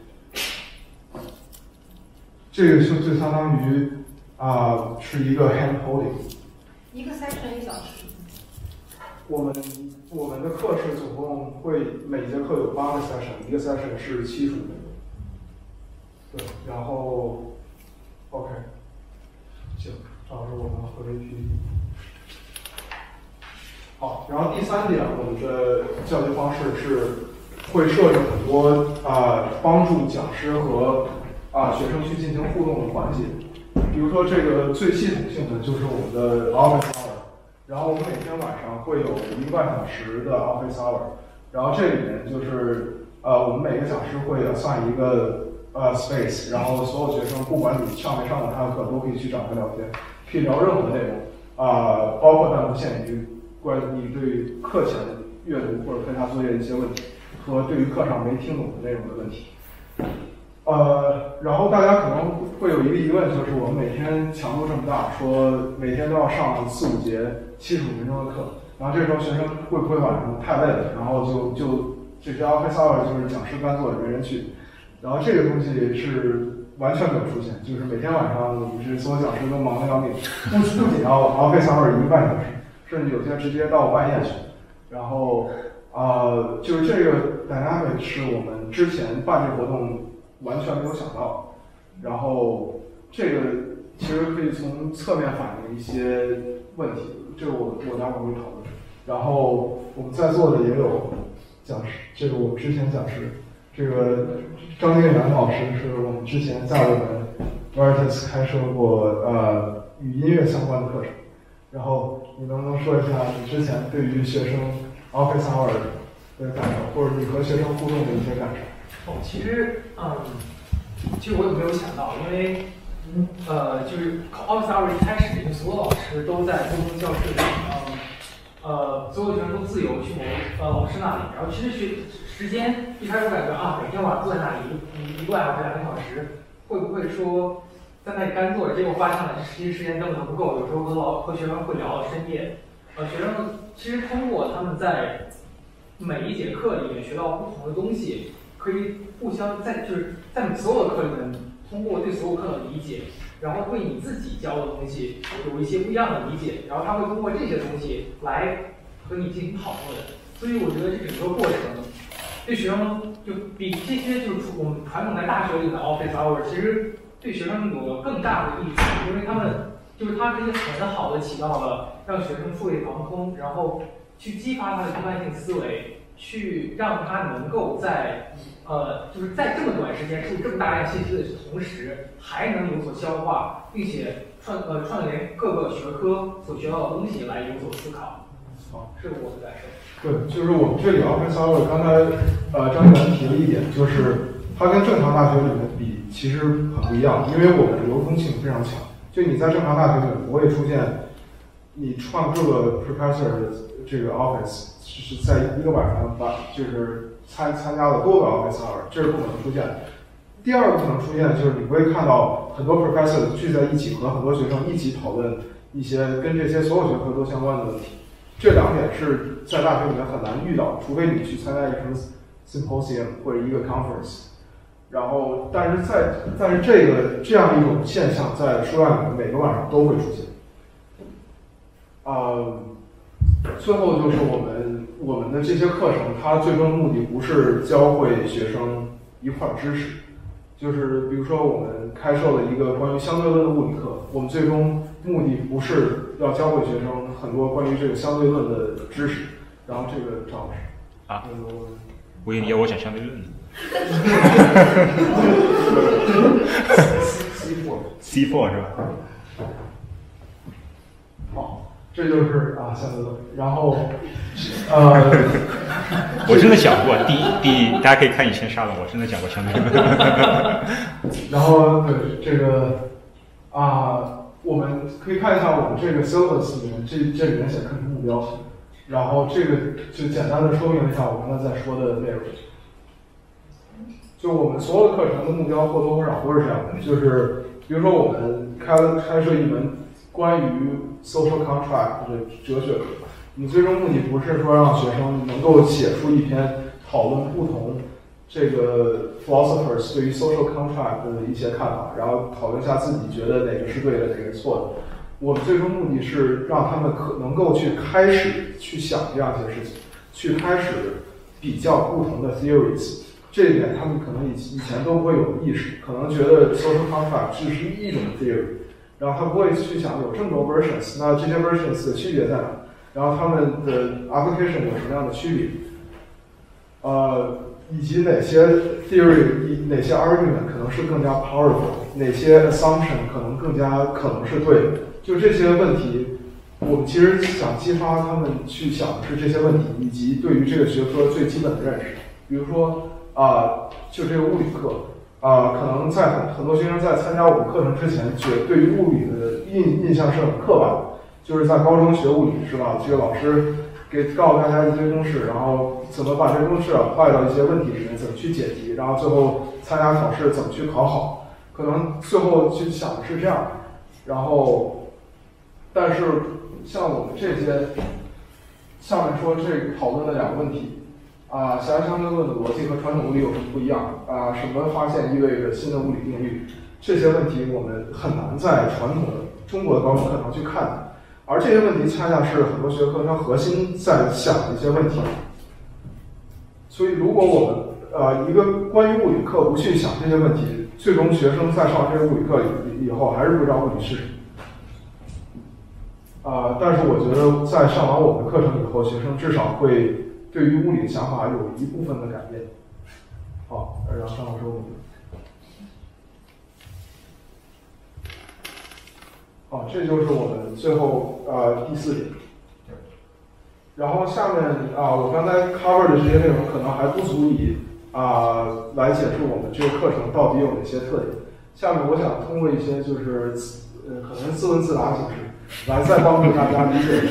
这个就相当于是一个 hand holding。 一个 section 1小时。 我们的课是总共会每节课有8个 session， 一个 session 是75分钟。对，然后 OK， 行，张老师我们回去。好，然后第3点，我们的教学方式是会设置很多帮助讲师和学生去进行互动的环节。比如说这个最系统性的就是我们的 office hour， 然后我们每天晚上会有1个半小时的 office hour， 然后这里面就是我们每个讲师会assign一个space， 然后所有学生不管你上没上过他的课都可以去找他聊天，可以聊任何内容包括但不限于关于你对课前阅读或者课下作业的一些问题，和对于课上没听懂的内容的问题。然后大家可能会有一个疑问，就是我们每天强度这么大，说每天都要上4、5节75分钟的课，然后这时候学生会不会晚上太累了，然后就这些 office hour 就是讲师干做没人去，然后这个东西是完全没有出现，就是每天晚上我们所有讲师都忙得要命，不仅要 office hour 1个半小时。甚至有些直接到半夜去，然后就是这个 dynamic 是我们之前办这个活动完全没有想到，然后这个其实可以从侧面反映一些问题，这个我待会儿会讨论。然后我们在座的也有讲师，这个我们之前讲师，这个张定元老师是我们之前在我们 Veritas 开设过与音乐相关的课程。然后你能不能说一下你之前对于学生 office hour 的感受，或者你和学生互动的一些感受？ 其实我也没有想到，因为就是 office hour 一开始，因为所有老师都在公共教室里，所有学生都自由去老师那里，然后其实时间一开始我感觉每天晚上坐在那里1个半小时、2个小时，会不会说在那里干坐着，结果发现了实际时间根本不够，有时候和学生会聊到深夜。学生其实通过他们在每一节课里面学到不同的东西，可以互相在所有的课里面通过对所有课的理解，然后对你自己教的东西有一些不一样的理解，然后他会通过这些东西来和你进行讨论。所以我觉得这整个过程对学生就比这些就是我们传统在大学里的 office hour 其实对学生有更大的益处，因为他可以很好的起到了让学生触类旁通，然后去激发他的批判性思维，去让他能够在就是在这么短时间输入这么大量信息的同时，还能有所消化，并且串联各个学科所学到的东西来有所思考。这是我的感受。 对，就是我们这里 office hour 刚才张元提了一点，就是它跟正常大学里面比其实很不一样，因为我们的流通性非常强。就你在正常大学里面不会出现你串各个 professor 的这个 office 是在一个晚上就是参加了多个 office hour， 这是不可能出现的。第二个不能出现的就是你会看到很多 professor 聚在一起和很多学生一起讨论一些跟这些所有学科都相关的问题。这2点是在大学里面很难遇到，除非你去参加一个什么 symposium 或者一个 conference。然后，但是这样一种现象在书院里面每个晚上都会出现。 最后就是我们的这些课程，它最终目的不是教会学生一块知识，就是比如说我们开设了一个关于相对论的物理课，我们最终目的不是要教会学生很多关于这个相对论的知识。然后这个张老师啊，我以为你要我讲相对论呢。C4 是吧？ 好，这就是相对论。然后我真的讲过，第一，大家可以看以前沙龙，我真的讲过相对论。 然后对这个我们可以看一下我们这个 syllabus 里面，这里面写课程目标。然后这个就简单的说明一下我刚才在说的内容。就我们所有的课程的目标或多或少都是这样的，就是比如说我们开设一门关于 social contract 的哲学课，我们最终目的不是说让学生能够写出一篇讨论不同这个 philosophers 对于 social contract 的一些看法，然后讨论一下自己觉得哪个是对的，哪个是错的。我们最终目的是让他们能够去开始去想这样一些事情，去开始比较不同的 theories。这一点他们可能以前都不会有意识，可能觉得 social contract 只是一种 theory， 然后他不会去想有这么多 versions， 那这些 versions 的区别在哪？然后他们的 application 有什么样的区别？以及哪些 theory、哪些 argument 可能是更加 powerful， 哪些 assumption 可能是对的。就这些问题，我们其实想激发他们去想的是这些问题，以及对于这个学科最基本的认识。比如说就这个物理课，可能在很多学生在参加我们课程之前，对于物理的印象是很刻板的，就是在高中学物理是吧？这个老师告诉大家一些公式，然后怎么把这个公式apply到一些问题里面，怎么去解题，然后最后参加考试怎么去考好，可能最后去想的是这样。然后，但是像我们这些下面说这讨论的两个问题。狭义相对论的逻辑和传统物理有什么不一样？什么发现意味着新的物理定律？这些问题我们很难在传统的中国的高中课堂去看，而这些问题恰恰是很多学科它核心在想的一些问题。所以，如果我们一个关于物理课不去想这些问题，最终学生在上这个物理课以后还是不知道物理是什么。但是我觉得在上完我们的课程以后，学生至少会对于物理的想法有一部分的改变。好，让张老师问。好，这就是我们最后第4点。然后下面我刚才 cover 的这些内容可能还不足以来解释我们这个课程到底有哪些特点。下面我想通过一些就是可能自问自答形式，来再帮助大家理解一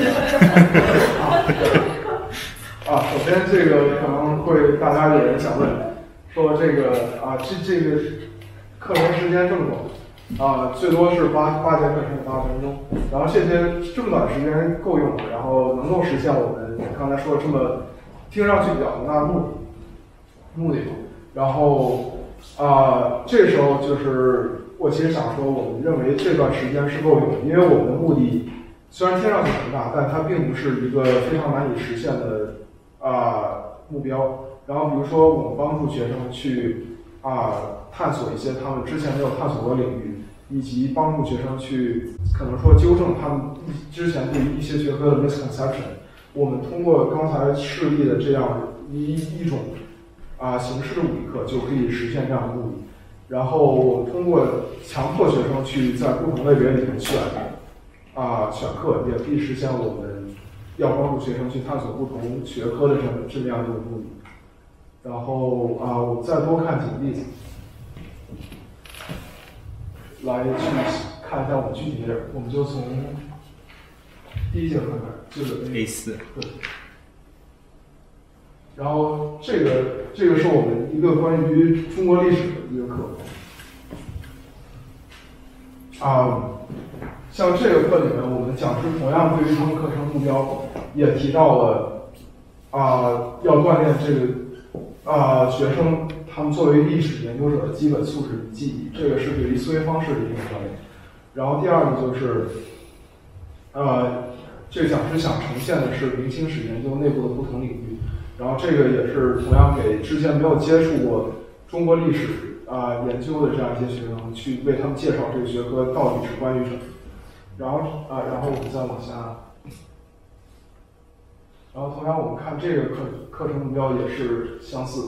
下。首先这个可能会大家有人想问，说这个这个课程时间这么短，最多是8节课程80分钟，然后这么短时间够用吗？然后能够实现我们刚才说这么听上去比较宏大的目的吗？然后这时候就是我其实想说，我们认为这段时间是够用的，因为我们的目的虽然听上去宏大，但它并不是一个非常难以实现的目标。然后比如说我们帮助学生去探索一些他们之前没有探索过的领域，以及帮助学生去可能说纠正他们之前对于一些学科的 misconception。我们通过刚才示例的这样一种形式的物理课就可以实现这样的目的。然后通过强迫学生去在不同类别里面选课，也可以实现我们要帮助学生去探索不同学科的这么样一个目的。然后我们再多看几个例子，来去看一下我们具体的点。我们就从第一节课开始，就是 A4。 对。然后这个是我们一个关于中国历史的一个课。像这个课里面，我们讲师同样对于他们课程目标也提到了要锻炼这个学生他们作为历史研究者的基本素质与技艺，这个是对于思维方式的一种锻炼。然后第二个就是这个讲师想呈现的是明清史研究内部的不同领域，然后这个也是同样给之前没有接触过中国历史研究的这样一些学生，去为他们介绍这个学科到底是关于什么。然后我们再往下，然后同样我们看这个课程目标也是相似的。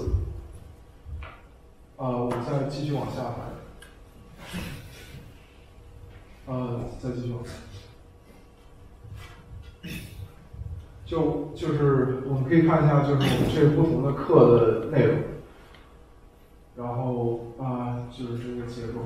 我们再继续往下看，再继续往下。就是我们可以看一下，就是我们这个不同的课的内容，然后就是这个结构。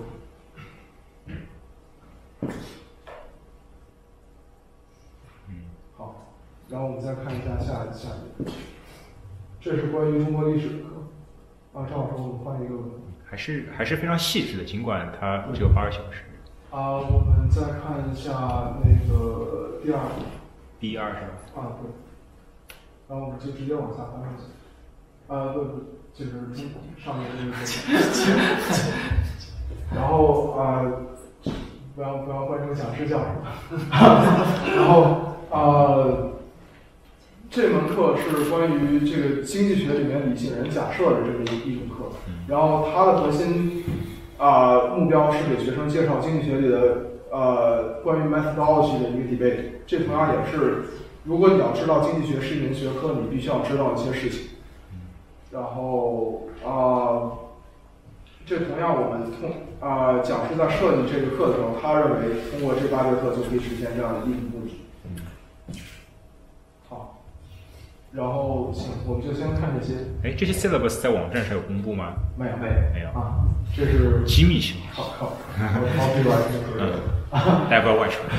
好，然后我们再看一下下一个，这是关于中国历史的课。张老师，我们换一个。 还是非常细致的，尽管它只有8个小时。 我们再看一下那个第二个。 第2是吧？ 对。然后我们就直接往下翻上去。不，就是上面那个。然后不要关注讲师叫什么。然后这门课是关于这个经济学里面理性人假设的这么一种课，然后它的核心目标是给学生介绍经济学里的关于 methodology 的一个 debate。这同样也是，如果你要知道经济学是一门学科，你必须要知道一些事情。然后这同样我们讲师在设计这个课的时候，他认为通过这8节课就可以实现这样的一种目的。好，然后行，我们就先看这些。 这些 syllabus 在网站上有公布吗？ 没有这是机密性。 好， 大家不要外传。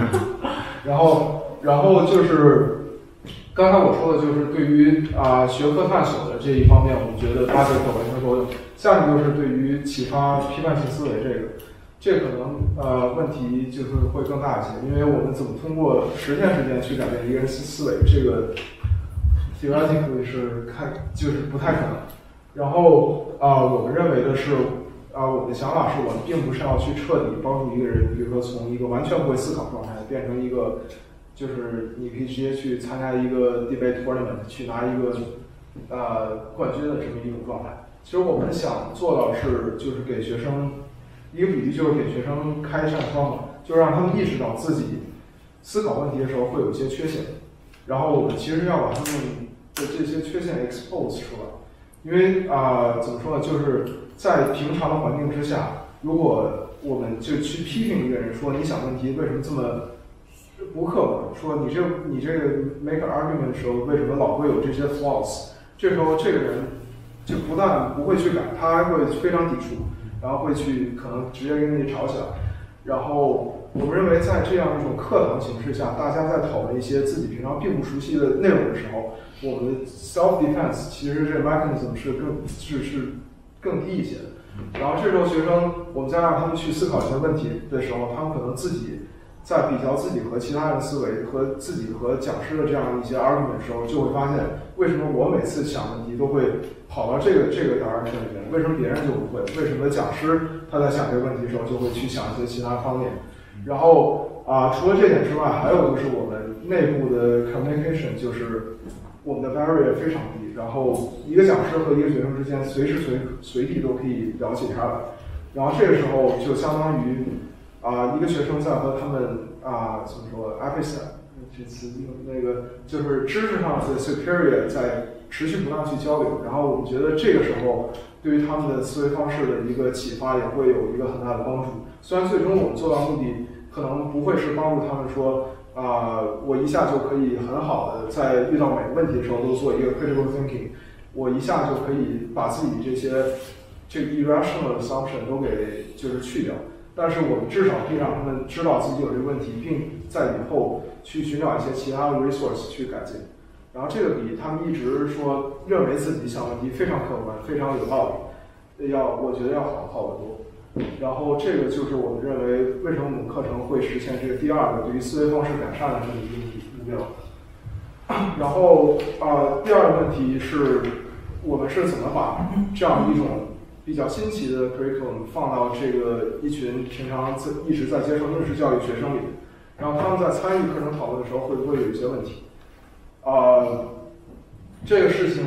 然后就是刚才我说的，就是对于学科探索的这一方面，我们觉得8节课完全够用。下面就是对于启发批判性思维这可能问题就是会更大一些，因为我们怎么通过10天时间去改变一个人思维，这个 theoretically 就是不太可能。然后我们认为的是我的想法是我们并不是要去彻底帮助一个人，比如说从一个完全不会思考状态变成一个，就是你可以直接去参加一个 debate tournament 去拿一个冠军的这么一种状态。其实我们想做到是，就是给学生一个比喻，就是给学生开一扇窗嘛，就让他们意识到自己思考问题的时候会有一些缺陷，然后我们其实要把他们的这些缺陷 expose 出来。因为怎么说呢，就是在平常的环境之下，如果我们就去批评一个人说你想问题为什么这么不客观，说你这个 make an argument 的时候为什么老会有这些 flaws， 这时候这个人就不但不会去改，他还会非常抵触，然后会去可能直接跟你吵起来。然后我们认为在这样一种课堂形式下，大家在讨论一些自己平常并不熟悉的内容的时候，我们的 self defense 其实这 mechanism 是更低一些的。然后这时候学生，我们再让他们去思考一些问题的时候，他们可能自己在比较自己和其他人的思维和自己和讲师的这样一些 argument 的时候，就会发现为什么我每次想问题都会跑到这个答案里面，为什么别人就不会？为什么讲师他在想这个问题的时候就会去想一些其他方面？然后除了这点之外，还有就是我们内部的 communication， 就是我们的 barrier 非常低，然后一个讲师和一个学生之间随时随地都可以聊起天来，然后这个时候就相当于一个学生在和他们怎么说 episteme 这词那个就是知识上的 superior 在持续不断去交流，然后我们觉得这个时候对于他们的思维方式的一个启发也会有一个很大的帮助。虽然最终我们做到目的可能不会是帮助他们说我一下就可以很好的在遇到每个问题的时候都做一个 critical thinking， 我一下就可以把自己这个 irrational assumption 都给就是去掉。但是我们至少可以让他们知道自己有这个问题，并在以后去寻找一些其他的 resource 去改进。然后这个比他们一直说认为自己想问题非常客观、非常有道理，我觉得要好得多。然后这个就是我们认为为什么我们课程会实现这个第二个对于思维方式改善的这么一个目标。然后第二个问题是我们是怎么把这样一种比较新奇的 curriculum 放到这个一群平常一直在接受应试教育学生里。 然后他们在参与课程讨论的时候会不会有一些问题？这个事情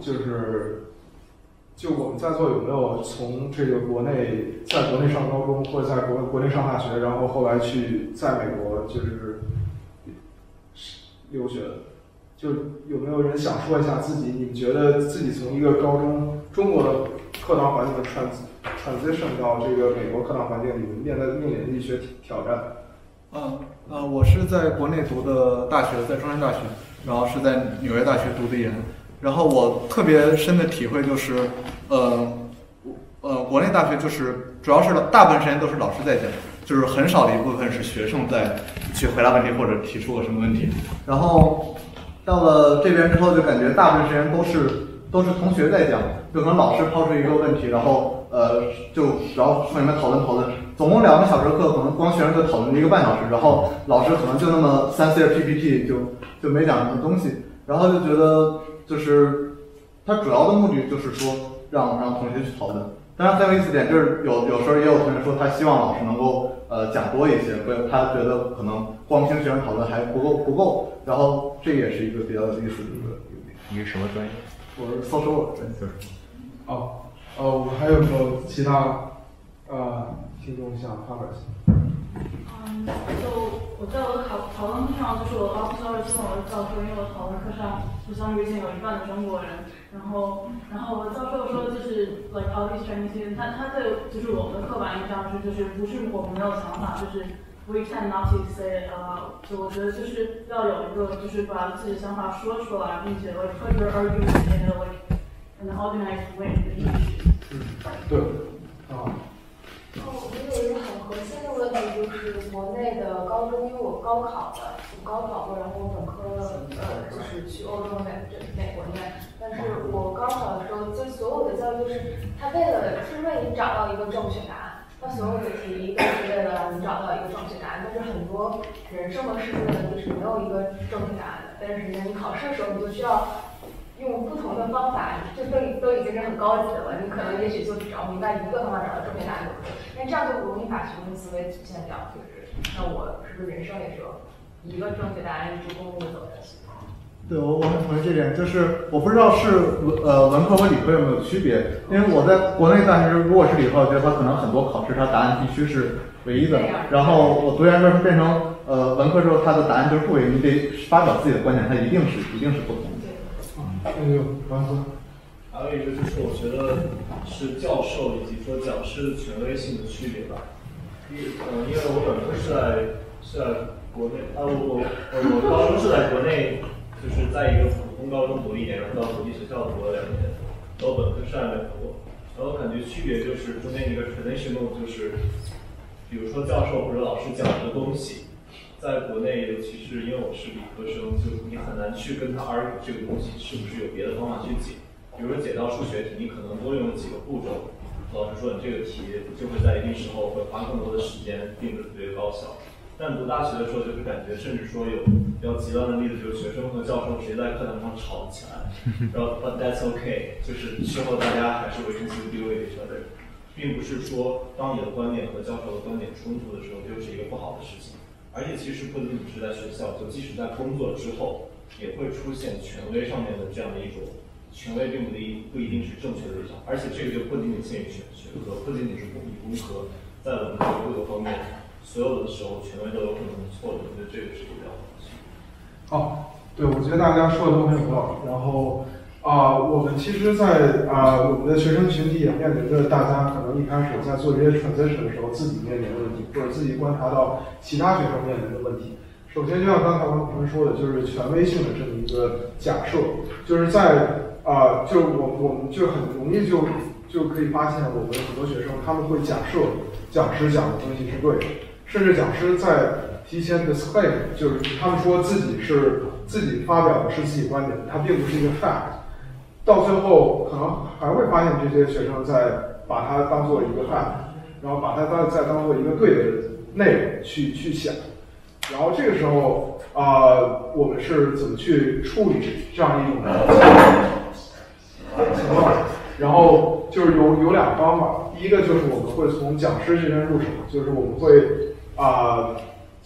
就我们在座有没有从这个在国内上高中或者在国内上大学，然后后来去在美国就是留学的？就有没有人想说一下自己？你们觉得自己从一个高中中国的课堂环境的transition 到这个美国课堂环境里面面临的一些挑战？ 我是在国内读的大学，在中山大学，然后是在纽约大学读的研。然后我特别深的体会就是，国内大学就是主要是大部分时间都是老师在讲，就是很少的一部分是学生在去回答问题或者提出个什么问题。然后到了这边之后，就感觉大部分时间都是同学在讲，就可能老师抛出一个问题，然后然后说你们讨论，总共2个小时的课，可能光学生就讨论1个半小时，然后老师可能就那么3-4页 PPT 就没讲什么东西，然后就觉得就是他主要的目的就是说让同学去讨论。当然很有意思点就是有时候也有同学说他希望老师能够讲多一些，他觉得可能光听学生讨论还不够，然后这也是一个比较有意思的一个点。 你是什么专业？ 我是 social work 专业。 我还有没有其他听众想发表一下？ 我在我的讨论课上，就是我office hour跟我的教授，因为我讨论课上不相遇见有一半的中国人，然后我的教授说就是 like all these Chinese students， 他对就是我们的刻板印象就是不是我们没有想法，就是 we tend not to say 就我觉得就是要有一个就是把自己的想法说出来，并且 like put your argument in an organized way。 对， 我觉得有一个很核心的问题就是国内的高中，因为我高考过，然后我本科就是去欧洲美国念，但是我高考的时候，就所有的教育就是他为你找到一个正确答案，他所有的题都是为了让你找到一个正确答案，但是很多人生和世界的问题是没有一个正确答案的，但是你考试的时候你就需要用不同的方法，这都已经是很高级的了。你可能也许就只要明白一个方法找到正确答案就可以，但这样就容易把学生思维局限掉。就是那我是不是人生也只有一个正确答案，一直公路走下去？ 对，我很同意这点。就是我不知道是文科和理科有没有区别，因为我在国内大学如果是理科，我觉得它可能很多考试它答案必须是唯一的。然后我读研的时候变成文科之后，它的答案就是不唯一，你得发表自己的观点，它一定是不同的。 王哥， 还有一个就是我觉得是教授以及说讲师的权威性的区别吧。因为我本科是在国内，我高中是在国内，就是在一个普通高中读1年，然后到国际学校读了2年，然后本科是在美国。然后感觉区别就是中间一个 traditional， 就是比如说教授或者老师讲的东西。在国内，尤其是因为我是理科生，就你很难去跟他 argue 这个东西是不是有别的方法去解。比如说解道数学题，你可能多用了几个步骤，老师说你这个题就会在一定时候会花更多的时间，并不是特别高效。但读大学的时候，就是感觉甚至说有比较极端的例子，就是学生和教授直接在课堂上吵起来，然后 but that's okay， 就是之后大家还是会 deal with each other， 并不是说当你的观点和教授的观点冲突的时候，就是一个不好的事情。而且其实不仅仅是在学校，就即使在工作之后，也会出现权威上面的这样的一种权威，并不一定是正确的立场。而且这个就不仅仅限于学科，不仅仅是理工科，在文科各个方面，所有的时候权威都有可能是错的。我觉得这个是比较好的。 对，我觉得大家说的都很有道理。然后我们其实在我们的学生群体也面临着大家可能一开始在做这些 transition 的时候自己面临的问题，或者自己观察到其他学生面临的问题。首先，就像刚才王同学说的，就是权威性的这么一个假设，就是在就我们就很容易就可以发现，我们很多学生他们会假设讲师讲的东西是对的，甚至讲师在提前 disclaim， 就是他们说自己发表的是自己观点，它并不是一个 fact。到最后可能还会发现这些学生在把它当做一个 fact， 然后把它再当做一个对的内容去想。然后这个时候我们是怎么去处理这样一种情况？然后就是有2个方法，第一个就是我们会从讲师这边入手，就是我们会怎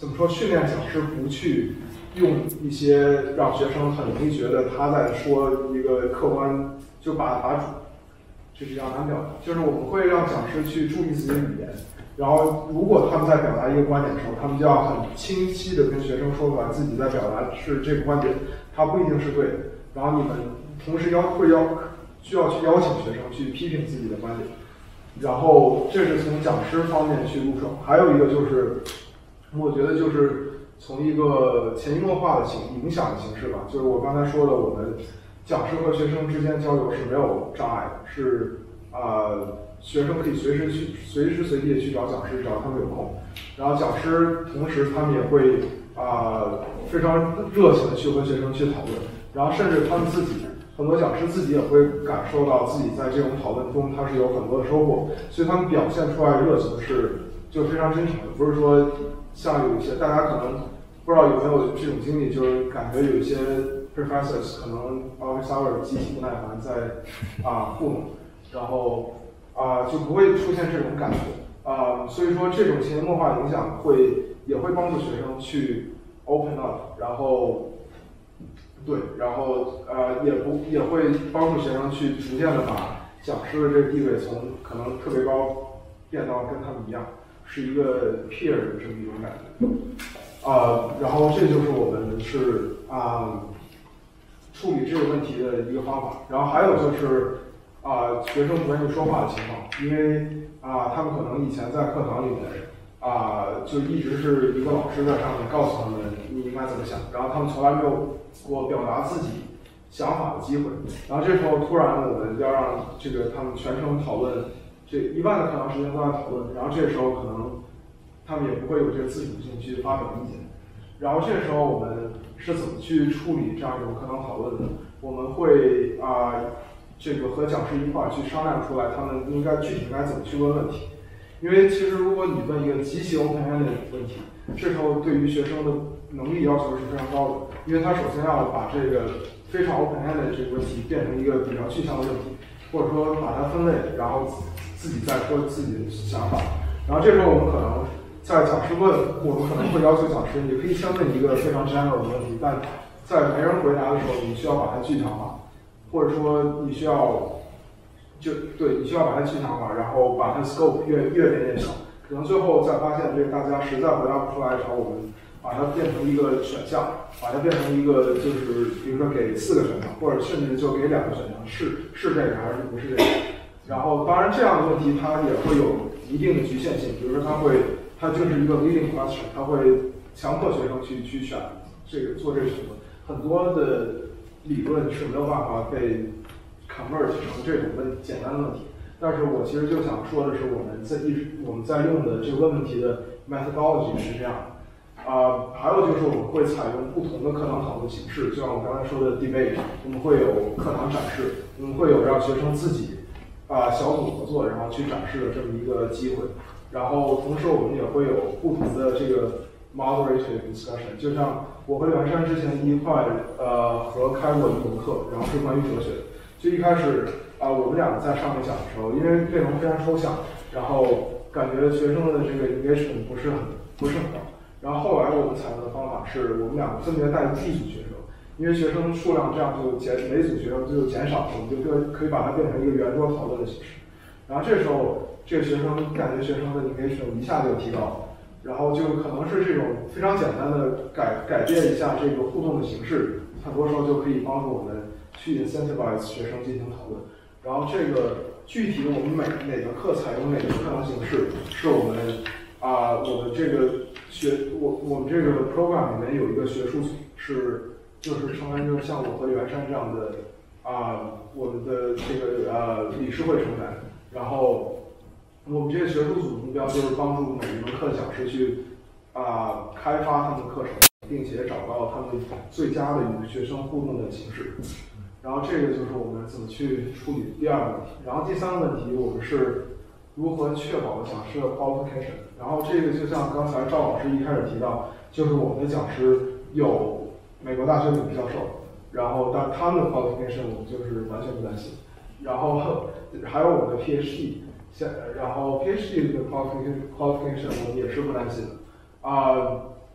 怎么说训练讲师不去用一些让学生很容易觉得他在说一个客观，就把这是比较难表达，就是我们会让讲师去注意自己的语言，然后如果他们在表达一个观点的时候，他们就要很清晰的跟学生说出来自己在表达是这个观点，它不一定是对的，然后你们同时需要去邀请学生去批评自己的观点，然后这是从讲师方面去入手。还有一个就是，我觉得就是从一个潜移默化的影响的形式吧，就是我刚才说的，我们讲师和学生之间交流是没有障碍的，是学生可以随时随地的去找讲师，只要他们有空，然后讲师同时他们也会非常热情的去和学生去讨论，然后甚至他们自己。很多讲师自己也会感受到自己在这种讨论中他是有很多的收获，所以他们表现出来的热情是就非常真诚的，不是说像有一些大家可能不知道有没有这种经历，就是感觉有一些 professors 可能 office hour 极其不耐烦在糊弄，然后就不会出现这种感觉所以说这种潜移默化影响也会帮助学生去 open up， 然后。对，然后也会帮助学生去逐渐的把讲师的这个地位从可能特别高变到跟他们一样，是一个 peer 的这么一种感觉。然后这就是我们是处理这个问题的一个方法。然后还有就是学生不愿意说话的情况，因为他们可能以前在课堂里面就一直是一个老师在上面告诉他们你应该怎么想，然后他们从来没有过表达自己想法的机会，然后这时候突然我们要让这个他们全程讨论，这1万的课堂时间都在讨论，然后这时候可能他们也不会有这个自主性去发表意见，然后这时候我们是怎么去处理这样一种课堂讨论的？我们会这个和讲师一块儿去商量出来，他们具体应该怎么去问问题。因为其实如果你问一个极其 open-ended 的问题，这时候对于学生的能力要求是非常高的，因为他首先要把这个非常 open-ended 这个问题变成一个比较具象的问题，或者说把它分类，然后自己再说自己的想法。然后这时候我们可能在讲师问，我们可能会要求讲师，你可以先问一个非常 general 的问题，但在没人回答的时候，你需要把它具象化，或者说你需要。你需要把它具象化，然后把它 scope 越变越小，可能最后再发现这个大家实在回答不出来的时候，我们把它变成一个选项，把它变成一个就是比如说给4个选项，或者甚至就给2个选项，是这个还是不是这个。然后当然这样的问题它也会有一定的局限性，比如说它就是一个 leading question， 它会强迫学生去选这个做这个选择，很多的理论是没有办法被convert 成这种简单的问题，但是我其实就想说的是，我们在用的这个问题的 methodology 是这样的，还有就是我们会采用不同的课堂讨论形式，就像我刚才说的 debate， 我们会有课堂展示，我们会有让学生自己小组合作，然后去展示的这么一个机会，然后同时我们也会有不同的这个 moderated discussion， 就像我和袁山之前一块合开过一门课，然后是关于哲学的。就一开始我们两个在上面讲的时候，因为内容非常抽象，然后感觉学生的这个 engagement 不是很高。然后后来我们采用的方法是我们两个分别带一组学生，因为学生数量这样就每组学生就减少，我们就可以把它变成一个圆桌讨论的形式。然后这时候这个学生感觉学生的 engagement 一下就提高了，然后就可能是这种非常简单的改变一下这个互动的形式，很多时候就可以帮助我们去 incentivize 学生进行讨论，然后这个具体的我们每个课采用哪个课堂形式，是我们我们这个我们这个 program 里面有一个学术组，就是成员就是像我和袁山这样的我们的这个理事会成员，然后我们这个学术组的目标就是帮助每一门课的讲师去开发他们的课程，并且找到他们最佳的与学生互动的形式。然后这个就是我们怎么去处理第二个问题。然后第三个问题，我们是如何确保讲师的 qualification。然后这个就像刚才赵老师一开始提到，就是我们的讲师有美国大学女教授，然后但他们的 qualification 我们就是完全不担心。然后还有我们的 PhD， 然后 PhD 的 qualification 我们也是不担心的。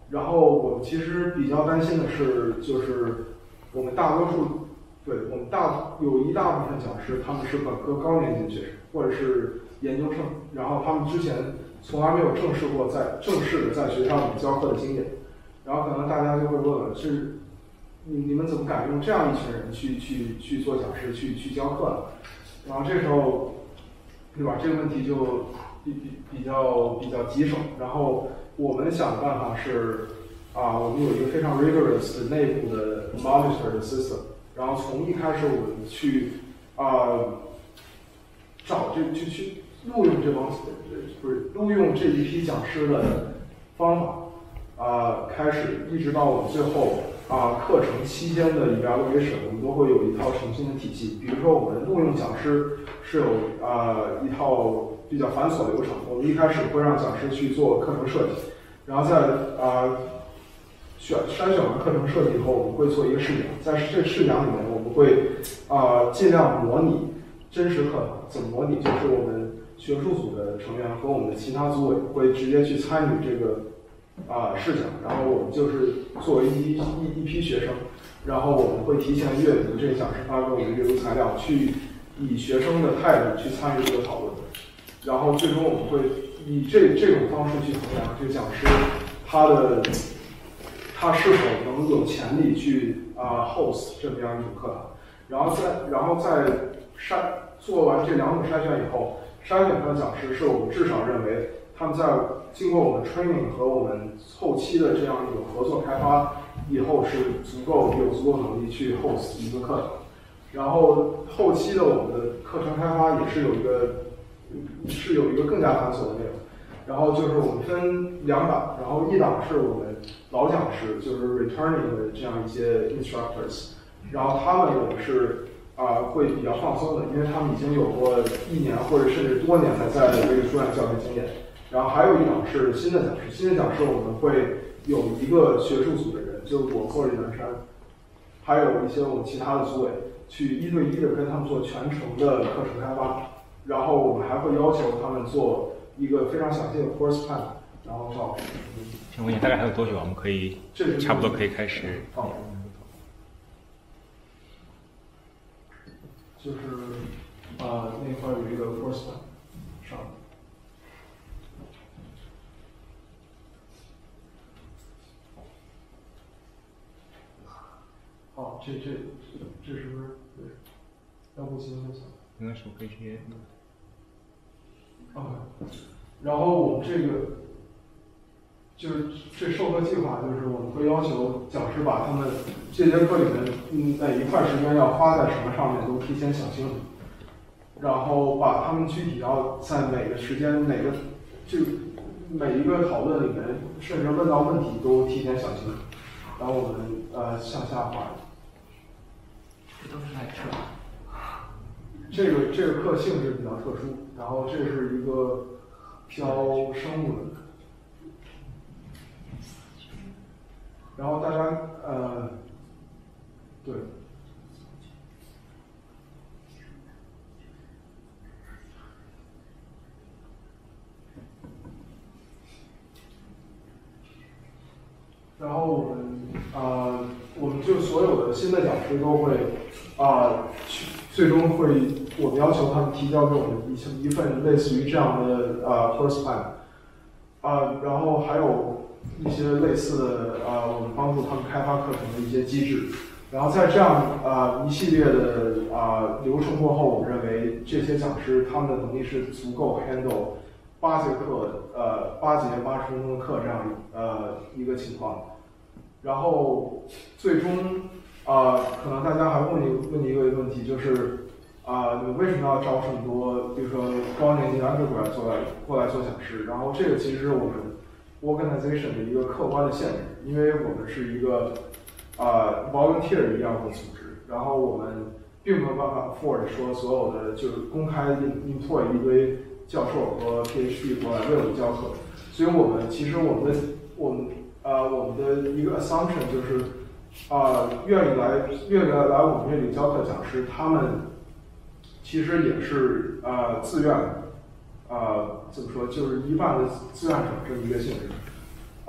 然后我其实比较担心的是，就是我们大多数，我们有一大部分讲师他们是本科高年级的学生，或者是研究生，然后他们之前从来没有正式的在学校里教课的经验，然后可能大家就会问了，是你们怎么敢用这样一群人去做讲师去教课呢？然后这时候，对吧？这个问题就比较棘手。然后我们想的办法是，我们有一个非常 rigorous 的内部的 monitor 的 system， 然后从一开始我们去去录用录用这一批讲师的方法，开始一直到我们最后课程期间的 evaluation， 我们都会有一套诚信的体系。比如说我们录用讲师是有一套比较繁琐的流程，我们一开始会让讲师去做课程设计，然后在筛选完课程设计以后，我们会做一个试讲，在这试讲里面我们会尽量模拟真实课堂。怎么模拟？就是我们学术组的成员和我们的其他组委会直接去参与这个试讲，然后我们就是作为一批学生，然后我们会提前阅读这个讲师发给我们的阅读材料，去以学生的态度去参与这个讨论，然后最终我们会以这种方式去衡量这个讲师他是否能有潜力去host 这么样一种课堂，然后在做完这两种筛选以后，筛选出来的讲师是我们至少认为他们在经过我们 training 和我们后期的这样一种合作开发以后，是有足够能力去 host 一个课堂。然后后期的我们的课程开发也是有一个更加繁琐的内容。然后就是我们分两档，然后一档是我们老讲师，就是 returning 的这样一些 instructors， 然后他们我们是会比较放松的，因为他们已经有过1年或者甚至多年的在这个书院教学经验。然后还有一档是新的讲师，新的讲师我们会有一个学术组的人，就是我或者南山，还有一些我们其他的组委去1对1的跟他们做全程的课程开发，然后我们还会要求他们做一个非常详细的 course plan， 然后照。 请问你大概还有多久？我们可以差不多可以开始。 就是那块有一个 course plan 上。好，这是不是对？要不行就行。 应该是我可以直接。 然后我们就是这授课计划，就是我们会要求讲师把他们这节课里面哪一块时间要花在什么上面都提前想清楚，然后把他们具体要在每个时间每一个讨论里面，甚至问到问题都提前想清楚，然后我们向下滑。 这都是来车。 这个课性质比较特殊，然后这是一个教生物的课，然后大家对，然后我们就所有的新的讲师都会最终会我们要求他们提交给我们一份类似于这样的course plan，然后还有一些类似的我们帮助他们开发课程的一些机制，然后在这样一系列的流程过后，我们认为这些讲师他们的能力是足够 handle 8节80分钟的课这样一个情况，然后最终可能大家还问你一个问题，就是你们为什么要招这么多，比如说高年级 undergrad 过来做讲师？然后这个其实是我们 organization 的一个客观的限制，因为我们是一个volunteer 一样的组织，然后我们并没有办法 afford 说所有的就是公开 employ 一堆教授和 PhD 过来为我们教课，所以我们的一个 assumption 就是愿意来我们这里教课的讲师，他们其实也是自愿怎么说，就是一半的志愿者这么一个性质，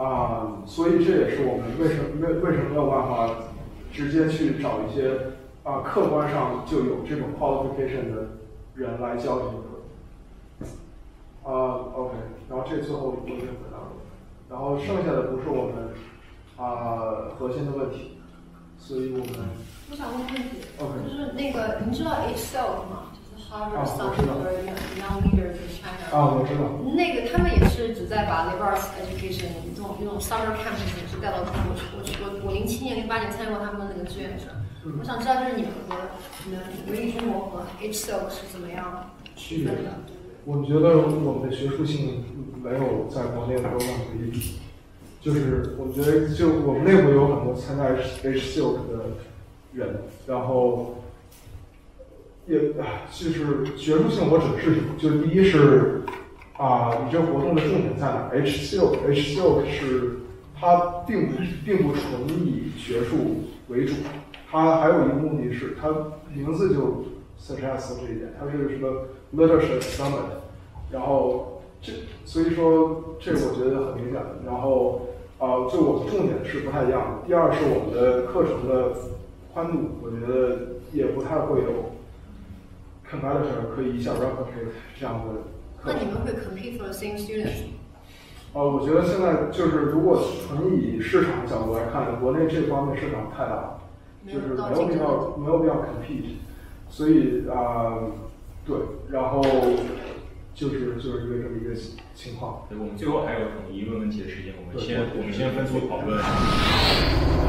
所以这也是我们为什么没有办法直接去找一些客观上就有这种 qualification 的人来教这个课。OK， 然后这最后一个回答了，然后剩下的不是我们核心的问题，所以我想问问题， OK， 就是那个您知道 H-Silk 吗？就是 Harvard Scholar Young Leaders in China。 我知道。 那个他们也是只在把 liberal arts education 这种summer campus 也是带到中国去。我07年、08年参加过他们的那个志愿者。我想知道就是你们维理中国和 H-Silk 是怎么样区分的？ 我觉得我们的学术性没有在国内的任何一比，就是我觉得就我们内部有很多参加 H-Silk 的人，然后也就是学术性我指的是什么？就是第一是你这活动的重点在哪 ？H-Silk 是它并不纯以学术为主，它还有一个目的是它名字就 suggest 这一点，它是什么 leadership summit， 然后所以说这我觉得很明显的。然后就我的重点是不太一样的。第二是我们的课程的宽度，我觉得也不太会有 competitor 可以一下 replicate 这样的课程。 那你们会 compete for the same students？ 我觉得现在就是如果纯以市场角度来看，国内这方面市场太大了，就是没有必要 compete， 所以对，然后就是这么一个情况。 我们最后还有统一问问题的时间，我们先分组讨论。